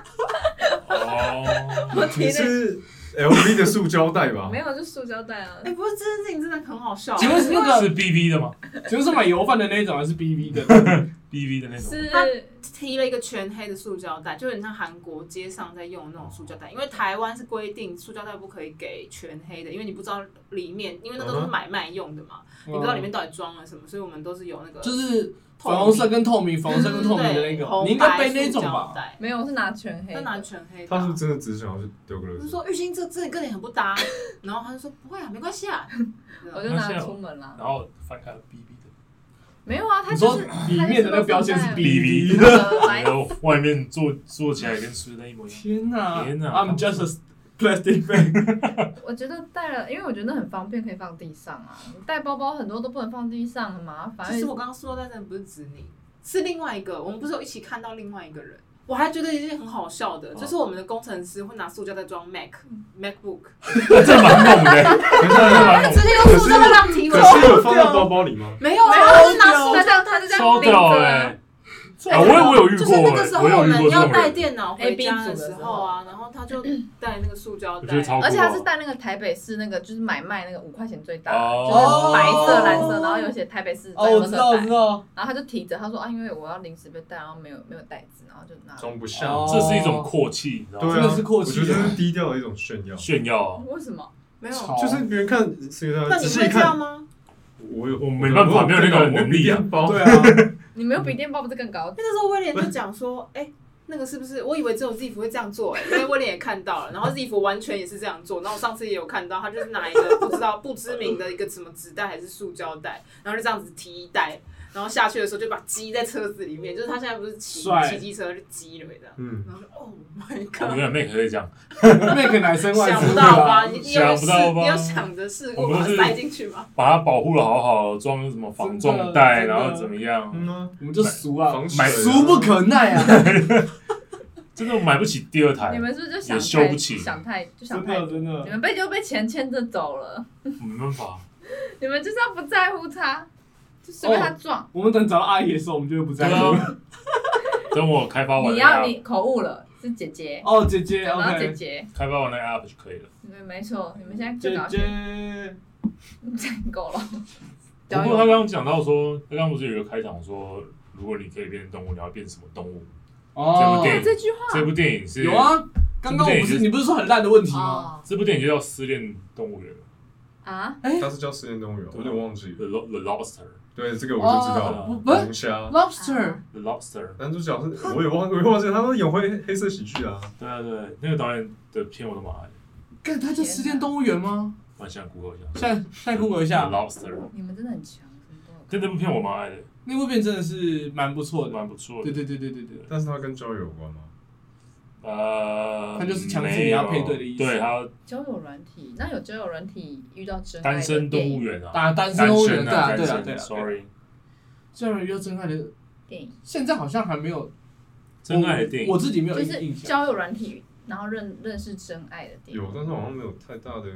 你是 LV 的塑胶袋吧？ 没有，就塑胶袋啊。 不是这件事情真的很好笑。 请问是那个是 BB 的吗？ 请问是买油饭的那种还是 BB 的 ？BB 的那种。 他提了一个全黑的塑胶袋，就有点像韩国街上在用的那种塑胶袋。因为台湾是规定塑胶袋不可以给全黑的，因为你不知道里面，因为那都是买卖用的嘛，你不知道里面到底装了什么，所以我们都是有那个就是粉红色跟透明，粉红色跟透明的那个，你应该背那种吧？ 没有，我是拿全黑。 他拿全黑。 他是真的只是想要去丢个垃圾。 他说玉兴这跟你很不搭，然后他就说不会啊，没关系啊， 我就拿出门了。 然后翻开了 BB 的。 没有啊，他就是里面的那个标签是 BB， 然后外面做起来跟塑料袋一模一样。 天哪 ！I'm just a plastic bag。 我觉得带了，因为我觉得很方便，可以放地上啊。带包包很多都不能放地上，很麻烦。 其实我刚刚塑料袋真的不是指你，是另外一个。我们不是有一起看到另外一个人。我还觉得一件很好笑的，就是我们的工程师会拿塑胶袋装 MacBook， 这蛮猛的， 直接用塑胶袋当提包。 可是有放到包包里吗？ 没有，他是拿塑胶， 他就这样超屌哎！我有遇过， 就是那个时候我们要带电脑回家的时候啊，然后他就带那个塑胶袋， 而且他是带那个台北市那个就是买卖那个5块钱最大，就是白色、蓝色，然后有写台北市。 我知道。 然后他就提着，他说因为我要临时被带，然后没有袋子，然后就拿。 装不下， 这是一种阔气， 对啊， 真的是阔气， 我觉得是低调的一种炫耀啊。 为什么？ 没有， 就是别人看， 那你会这样吗？ 我没办法，没有那个能力啊。 对啊。 你没有笔电包不是更高？ 因为那时候威廉就讲说，那个是不是？我以为只有 Ziff 会这样做，因为威廉也看到了，然后 Ziff 完全也是这样做。然后我上次也有看到，他就是拿一个不知名的一个什么纸袋还是塑胶袋，然后就这样子提一袋，然后下去的时候就把积在车子里面。就是他现在不是骑机车就积了这样，然后就 Oh my God！ 原来 Mac 可以这样 ，Mac 男生外想不到吧？你有想着试过把它塞进去吗？ 把它保护的好好，装什么防撞带，然后怎么样？ 我们就俗啊， 买俗不可耐啊！ 真的买不起第二台， 你们是不是就想修不起？ 想太真的， 你们被钱牵着走了， 没办法， 你们就是要不在乎他，就随便他撞。 我们等找到阿姨的时候，我们就不在乎。 等我开发完， 你口误了，是姐姐。 姐姐 ，OK， 姐姐开发完那个 app 就可以了。 没错，你们现在就搞姐姐， 这样够了。 不过他刚刚讲到说，他刚刚不是有一个开场说，如果你可以变成动物，你要变什么动物？ 这句话， 这部电影是有啊。刚刚你不是说很烂的问题吗？ 这部电影就叫《失恋动物园》 啊？ 它是叫《失恋动物园》，我有点忘记了。 The Lobster。 对，这个我就知道了。龙虾 ，Lobster，The Lobster。 男主角是，我也忘记，他们演黑色喜剧啊。 对啊，对，那个导演的片我都蛮爱的。 干，他叫《失恋动物园》吗？ 我现在 Google 一下。 现在 Google 一下。 The Lobster。 你们真的很强， 但这部片我蛮爱的。 那部片真的是蛮不错的， 蛮不错的。对。 但是它跟交友有关吗？ 它就是强制你要配对的意思。 对，它交友软体，那有交友软体遇到真爱的单身动物园啊， 单身动物园，对啊 ，Sorry， 交友软体遇到真爱的电影， 现在好像还没有真爱的电影， 我自己没有印象。 就是交友软体，然后认识真爱的电影。 有，但是好像没有太大的。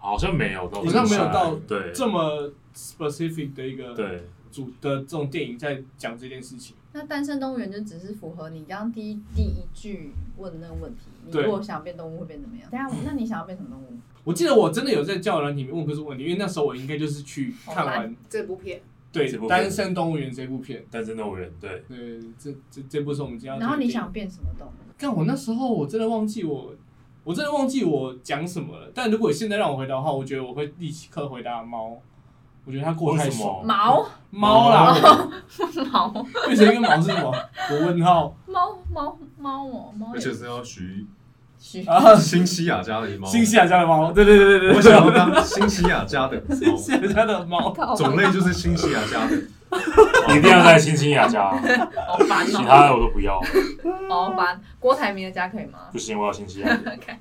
好像没有到对这么 specific 的一个对主的这种电影在讲这件事情。 那诞生动物园就只是符合你刚刚第一句问的那个问题，你如果想变动物会变怎么样？等下，那你想要变什么动物？ 我记得我真的有在交友软体里面问过这个问题，因为那时候我应该就是去看完这部片。 对，《单身动物园》这部片，《 单身动物园》对， 这部是我们今天要。 然后你想变什么动物？ 但我那时候我真的忘记我讲什么了。但如果现在让我回答的话，我觉得我会立刻回答猫。我觉得它过得太爽。猫啦， 毛变成一个毛是什么？我问号。 猫， 而且是要新西亚家的猫。 新西亚家的猫，对。 我想要当新西亚家的猫。 新西亚家的猫， 种类就是新西亚家的。 一定要在新西亚家， 好烦哦。 其他的我都不要。 好烦，郭台铭的家可以吗？ 不行，我要新西亚。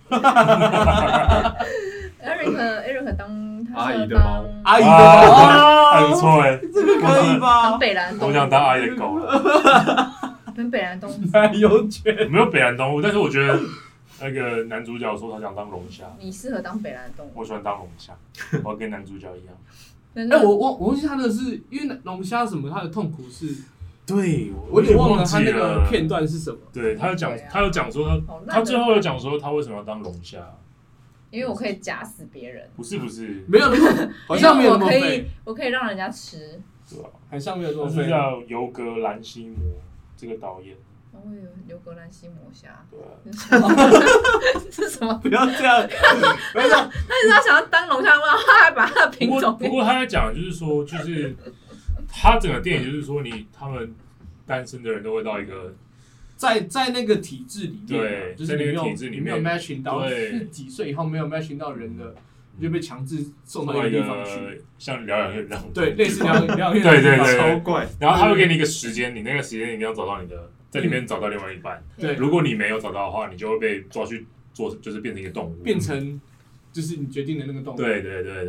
Eric 当阿姨的猫， 阿姨的猫， 还不错哎， 这个可以吧？ 当北兰动物， 我想当阿姨的狗了。 跟北兰动物， 有权没有北兰动物，但是我觉得那个男主角说他想当龙虾， 你适合当北兰动物。 我喜欢当龙虾，我要跟男主角一样。 我忘记他的是，因为龙虾什么，他的痛苦是， 对， 我有点忘了他那个片段是什么。 对，他有讲说他最后有讲说他为什么要当龙虾。 因为我可以假死别人。 不是， 没有，好像没有那么废。我可以让人家吃。 对吧？ 好像没有那么废。 是叫尤格兰西摩这个导演。 我有尤格兰西摩虾。 对啊。 是什么？ 不要这样，不要这样。 那你知道想要当龙虾吗？他还把他的品种。 不过他在讲就是说，就是他整个电影就是说他们单身的人都会到一个。 在那个体制里面， 对， 就是那个体制里面没有 matching 到，是几岁以后没有 matching 到人的，你就被强制送到一个地方去， 像疗养院这样， 对，类似疗养院， 对， 超怪。 然后他会给你一个时间，你那个时间一定要找到你的，在里面找到另外一半。 对， 如果你没有找到的话，你就会被抓去做，就是变成一个动物， 变成就是你决定的那个动物。 对。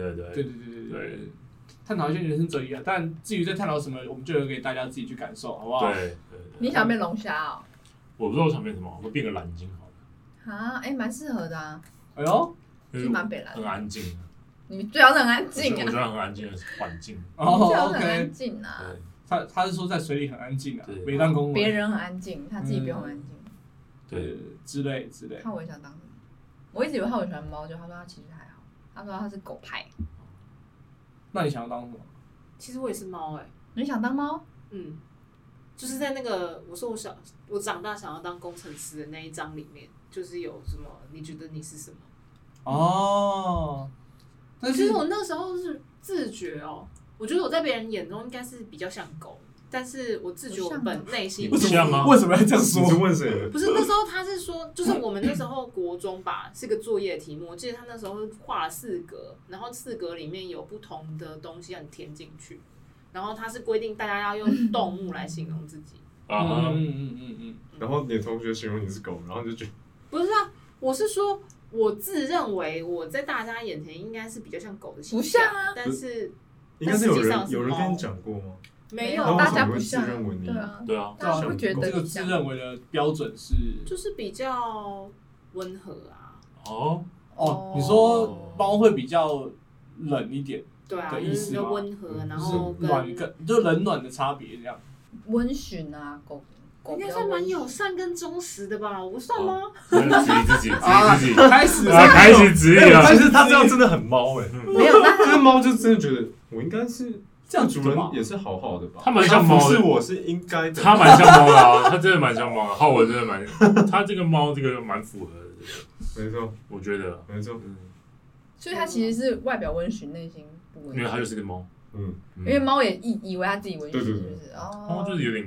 探讨一些人生哲理啊，但至于在探讨什么，我们就留给大家自己去感受，好不好？ 对。 你想变龙虾哦？ 我不知道我想变什么，我变个蓝鲸好了。 啊，蛮适合的啊。 哎呦， 是蛮北蓝。 很安静。 你最好是很安静啊。 我觉得很安静的环境。 哦，最好很安静啊。 他是说在水里很安静啊，每当公文。 别人很安静，他自己不用很安静。 对，之类。 看我也想当什么？我一直以为他很喜欢猫，就他说他其实还好，他说他是狗派。 那你想要当什么？ 其实我也是猫哎。 你想当猫？ 就是在那个我长大想要当工程师的那一章里面，就是有什么？你觉得你是什么？ 哦，但是其实我那时候是自觉哦，我觉得我在别人眼中应该是比较像狗，但是我自觉我本内心不像吗？ 为什么要这样说？ 你是问谁？ 不是那时候他是说，就是我们那时候国中吧，是个作业题目，我记得他那时候画了4格，然后4格里面有不同的东西让你填进去。然后他是规定大家要用动物来形容自己。 然后你的同学形容你是狗，然后就觉得不是啊，我是说我自认为我在大家眼前应该是比较像狗的形象， 不像啊， 但是应该是有人跟你讲过吗？ 没有， 大家不像。 对啊， 大家会觉得这个自认为的标准是就是比较温和啊。 你说猫会比较冷一点。 对啊，就是比较温和，然后就冷暖的差别这样。 温驯啊，狗应该算蛮友善跟忠实的吧？我算吗？ 质疑自己， 开始质疑了。 其实他这样真的很猫哎， 没有， 那猫就真的觉得我应该是这样， 主人也是好好的吧？ 他蛮像猫的， 是我是应该的。 他蛮像猫的啊，他真的蛮像猫的。浩文真的蛮，他这个猫这个蛮符合的。 没错， 我觉得没错。 所以他其实是外表温驯，内心不温驯。 因为他就是个猫。 因为猫也以为他自己温驯，是不是？ 猫就是有点，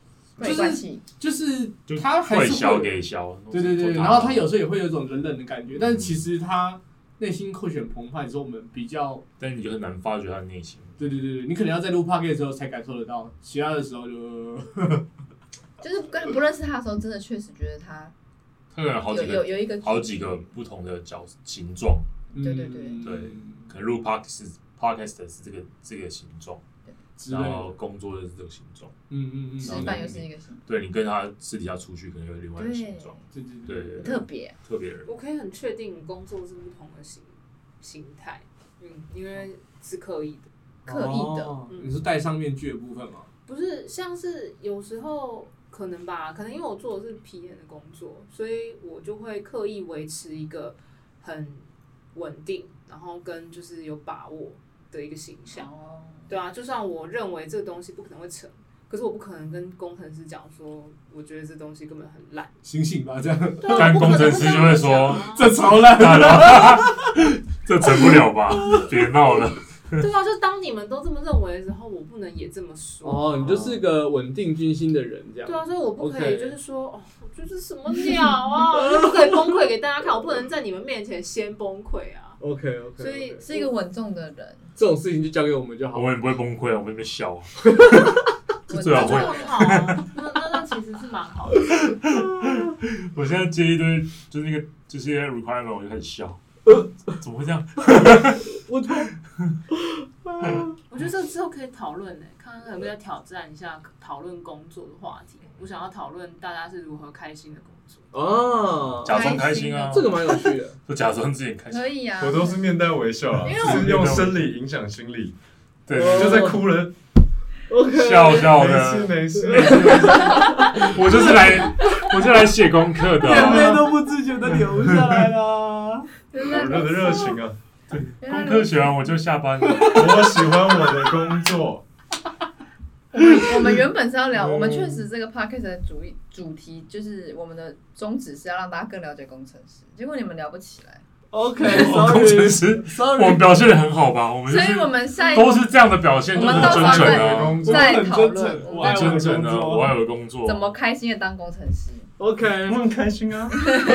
就是他还是会给消， 对，然后他有时候也会有一种冷冷的感觉，但是其实他内心或许很澎湃，之后我们比较， 但你就很难发掘他的内心。 对，你可能要在录 podcast 的时候才感受得到，其他的时候就是不认识他的时候，真的确实觉得他可能好几个不同的形状。 对， 可能录 podcast 是这个形状，然后工作的是这个形状， 吃饭又是一个形状。 对，你跟他私底下出去可能有另外一个形状，对， 特别人。 我可以很确定工作是不同的心态，因为是刻意的。 刻意的， 你是戴上面具的部分吗？ 不是，像是有时候可能吧，可能因为我做的是 PM 的工作，所以我就会刻意维持一个很稳定，然后跟就是有把握的一个形象。对啊，就算我认为这个东西不可能会成，可是我不可能跟工程师讲说，我觉得这东西根本很烂。 醒醒吧，这样。 但工程师就会说， 这超烂， 这成不了吧？别闹了。 对啊，就当你们都这么认为的时候，我不能也这么说。 你就是个稳定军心的人，这样。 对啊，所以我不可以就是说，我觉得这什么鸟啊，我就不可以崩溃给大家看，我不能在你们面前先崩溃啊。 OK， 所以是一个稳重的人。 这种事情就交给我们就好。 我们也不会崩溃，我们在那边笑。 这最好会。那其实是蛮好的。 我现在接一堆就是那个这些 requirement， 我就开始笑。怎么会这样？ 我觉得这之后可以讨论看看可不可以挑战一下讨论工作的话题。我想要讨论大家是如何开心的工作。 假装开心啊， 这个蛮有趣的， 就假装自己开心。 可以啊， 我都是面带微笑啊，是用生理影响心理。 对， 就在哭了。 笑笑的，没事。 我就是来写功课的， 眼泪都不自觉的流下来了。 好热的热情啊！ 对，功课写完我就下班了。 我喜欢我的工作。 我们原本是要聊，我们确实这个 podcast 的主题就是我们的宗旨是要让大家更了解工程师，结果你们聊不起来。 OK， 工程师，我们表现得很好吧？我们所以我们下一都是这样的表现，就是真诚啊， 在讨论， 真诚啊，我还有工作， 怎么开心的当工程师 ？OK， 我很开心啊，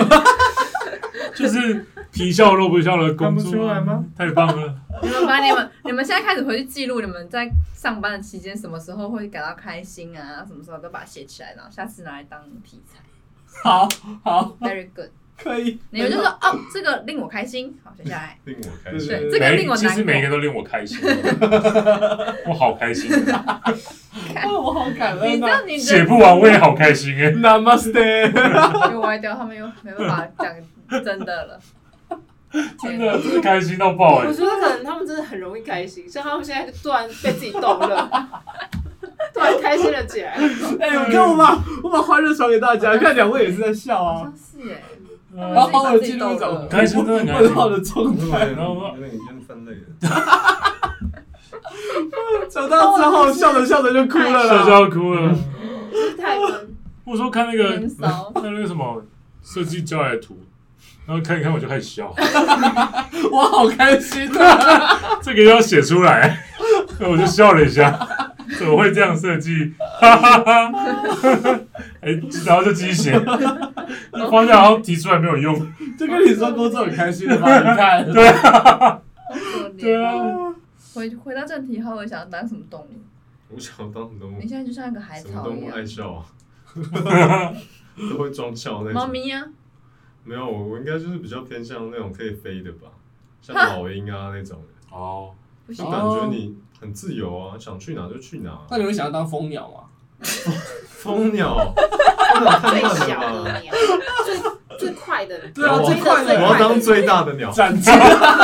就是皮笑肉不笑的工作， 看不出来吗？ 太棒了！ 你们现在开始回去记录你们在上班的期间，什么时候会感到开心啊？什么时候都把它写起来，然后下次拿来当题材。 好 ，Very good。 可以， 你们就说这个令我开心，好写下来。 令我开心， 对，这个令我难过。 其实每一个都令我开心，我好开心。 我好感恩。 你知道你写不完我也好开心哎。 Namaste。 又歪掉，他们又没办法讲真的了。 真的是开心到爆哎！ 我觉得可能他们真的很容易开心，像他们现在就突然被自己逗乐。突然开心了起来。 我看我把欢乐传给大家，看两位也是在笑啊。 好像是耶。 然后我记录一种开心，真的开心。 很好的状态， 然后有点泛泪了。 长大之后笑着就哭了啦， 笑哭了。 太闷。 我说看那个什么设计教来的图，然后看一看我就开始笑。 我好开心啊！ 这个要写出来，我就笑了一下。怎么会这样设计？哈哈哈！然后就继续写，发现好像提出来没有用。 就跟你说工作很开心的嘛，你看。 对啊。对啊。 回到正题后，我想要当什么动物？ 我想要当什么动物？ 你现在就像一个海草一样。什么动物爱笑啊？都会装笑那种。 猫咪啊？ 没有，我应该就是比较偏向那种可以飞的吧，像老鹰啊那种的。 哦。 就感觉你很自由啊，想去哪就去哪。 那你会想要当蜂鸟吗？ 蜂鸟， 最小的鸟，最快的， 对啊，最快的， 我要当最大的鸟。 展翅。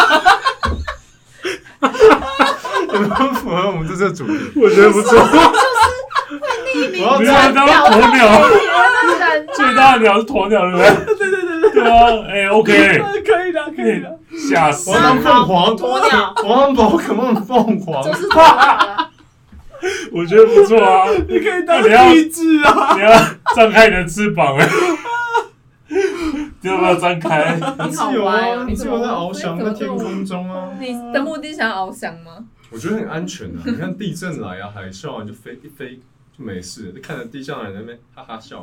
有没有符合我们这次的主题？ 我觉得不错。 就是会匿名。 我要当鸵鸟。最大的鸟是鸵鸟，对不对？ 对。 对啊，OK。 可以的。 吓死！ 我要当凤凰。 鸵鸟。 我要当宝可梦凤凰。 就是鸵鸟了。 我觉得不错啊。 你可以当励志啊！ 你要张开你的翅膀哎。要不要张开？ 很自由啊，你自由在翱翔在天空中啊。 你的目的想要翱翔吗？ 我觉得很安全啊！你看地震来啊，海啸啊，就飞一飞就没事，就看着地上的人在那边哈哈笑。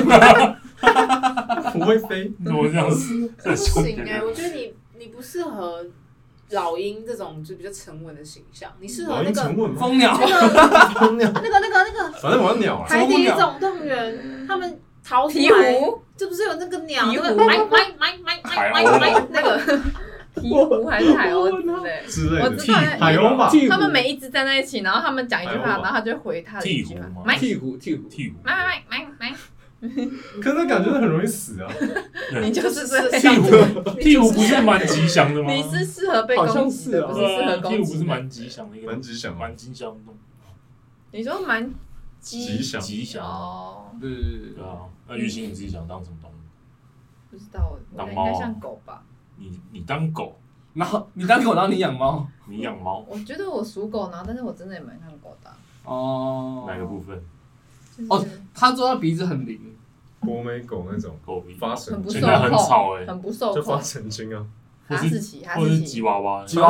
不会飞， 怎么这样子？ 不行我觉得你不适合老鹰这种就比较沉稳的形象，你适合那个蜂鸟， 蜂鸟， 那个， 反正我要鸟啊。 海底总动员他们逃出来，这不是有那个鸟，那个买那个鹈鹕还是海鸥之类的， 我知道海鸥吧。 他们每一只站在一起，然后他们讲一句话，然后他就回他的一句话。 鹈鹕， 买， 可那感觉很容易死啊。 你就是这鹈鹕不是蛮吉祥的吗？ 你是适合被攻击的，不是适合攻击。 鹈鹕不是蛮吉祥的一个， 蛮吉祥的。 你说蛮吉祥哦， 对啊。那玉兴你自己想当什么动物？ 不知道，我应该像狗吧。 你当狗， 然后你当狗，然后你养猫。 你养猫？ 我觉得我属狗呢，但是我真的也蛮像狗的。 哦。 哪个部分？ 他说他鼻子很灵。 博美狗那种狗鼻发神经， 很吵很不受控， 就发神经啊。 哈士奇， 或是吉娃娃， 哈士奇，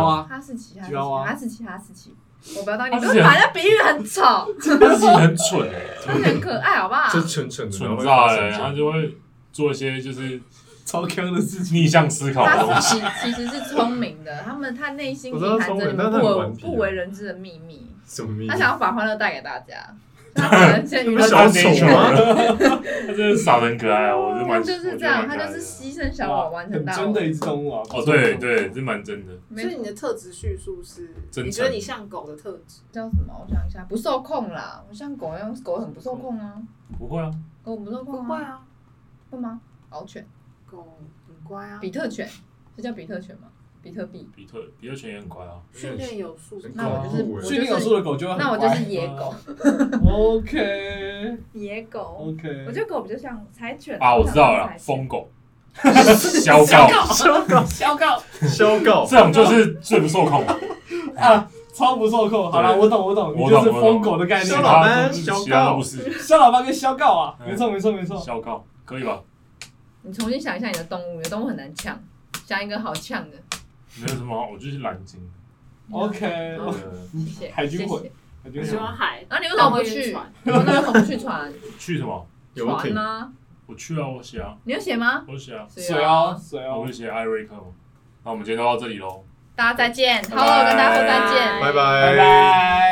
我不要当你，就是把那比喻很丑， 哈士奇很蠢很可爱，好不好？ 就蠢炸了，他就会做一些就是超坑的事情， 逆向思考的东西。 哈士奇其实是聪明的，他内心隐含着你们不为人知的秘密。 什么秘密？ 他想要把欢乐带给大家。 他小丑吗？ 他真的傻得很可爱哦， 他就是这样，他就是牺牲小我完成大我。 真的一只动物啊！ 哦，对，是蛮真的。 所以你的特质叙述是，你觉得你像狗的特质叫什么？我想一下，不受控啦。我像狗一样，狗很不受控啊。 不会啊， 狗不受控不会啊， 会吗？獒犬， 狗很乖啊。 比特犬是叫比特犬吗？比特犬也很乖啊。 训练有素， 那我就是训练有素的狗就会很乖。 那我就是野狗。 OK。 野狗。 OK。 我觉得狗比较像柴犬啊，我知道了，疯狗。小告，这种就是最不受控啊，超不受控。好了，我懂，你就是疯狗的概念。 肖老班、 肖告不是， 肖老班跟肖告啊，没错。 肖告可以吧？ 你重新想一下你的动物，你的动物很难呛，想一个好呛的。 没有什么，我就是蓝鲸。 OK， 谢谢。 海军魂， 喜欢海。 啊，你为什么不去？你为什么不去船？ 去什么？ 船啊！ 我去啊，我写啊。 你有写吗？ 我写啊。 水啊！ 我会写艾瑞克。那我们今天就到这里喽。 大家再见，好，跟大家说再见， 拜拜。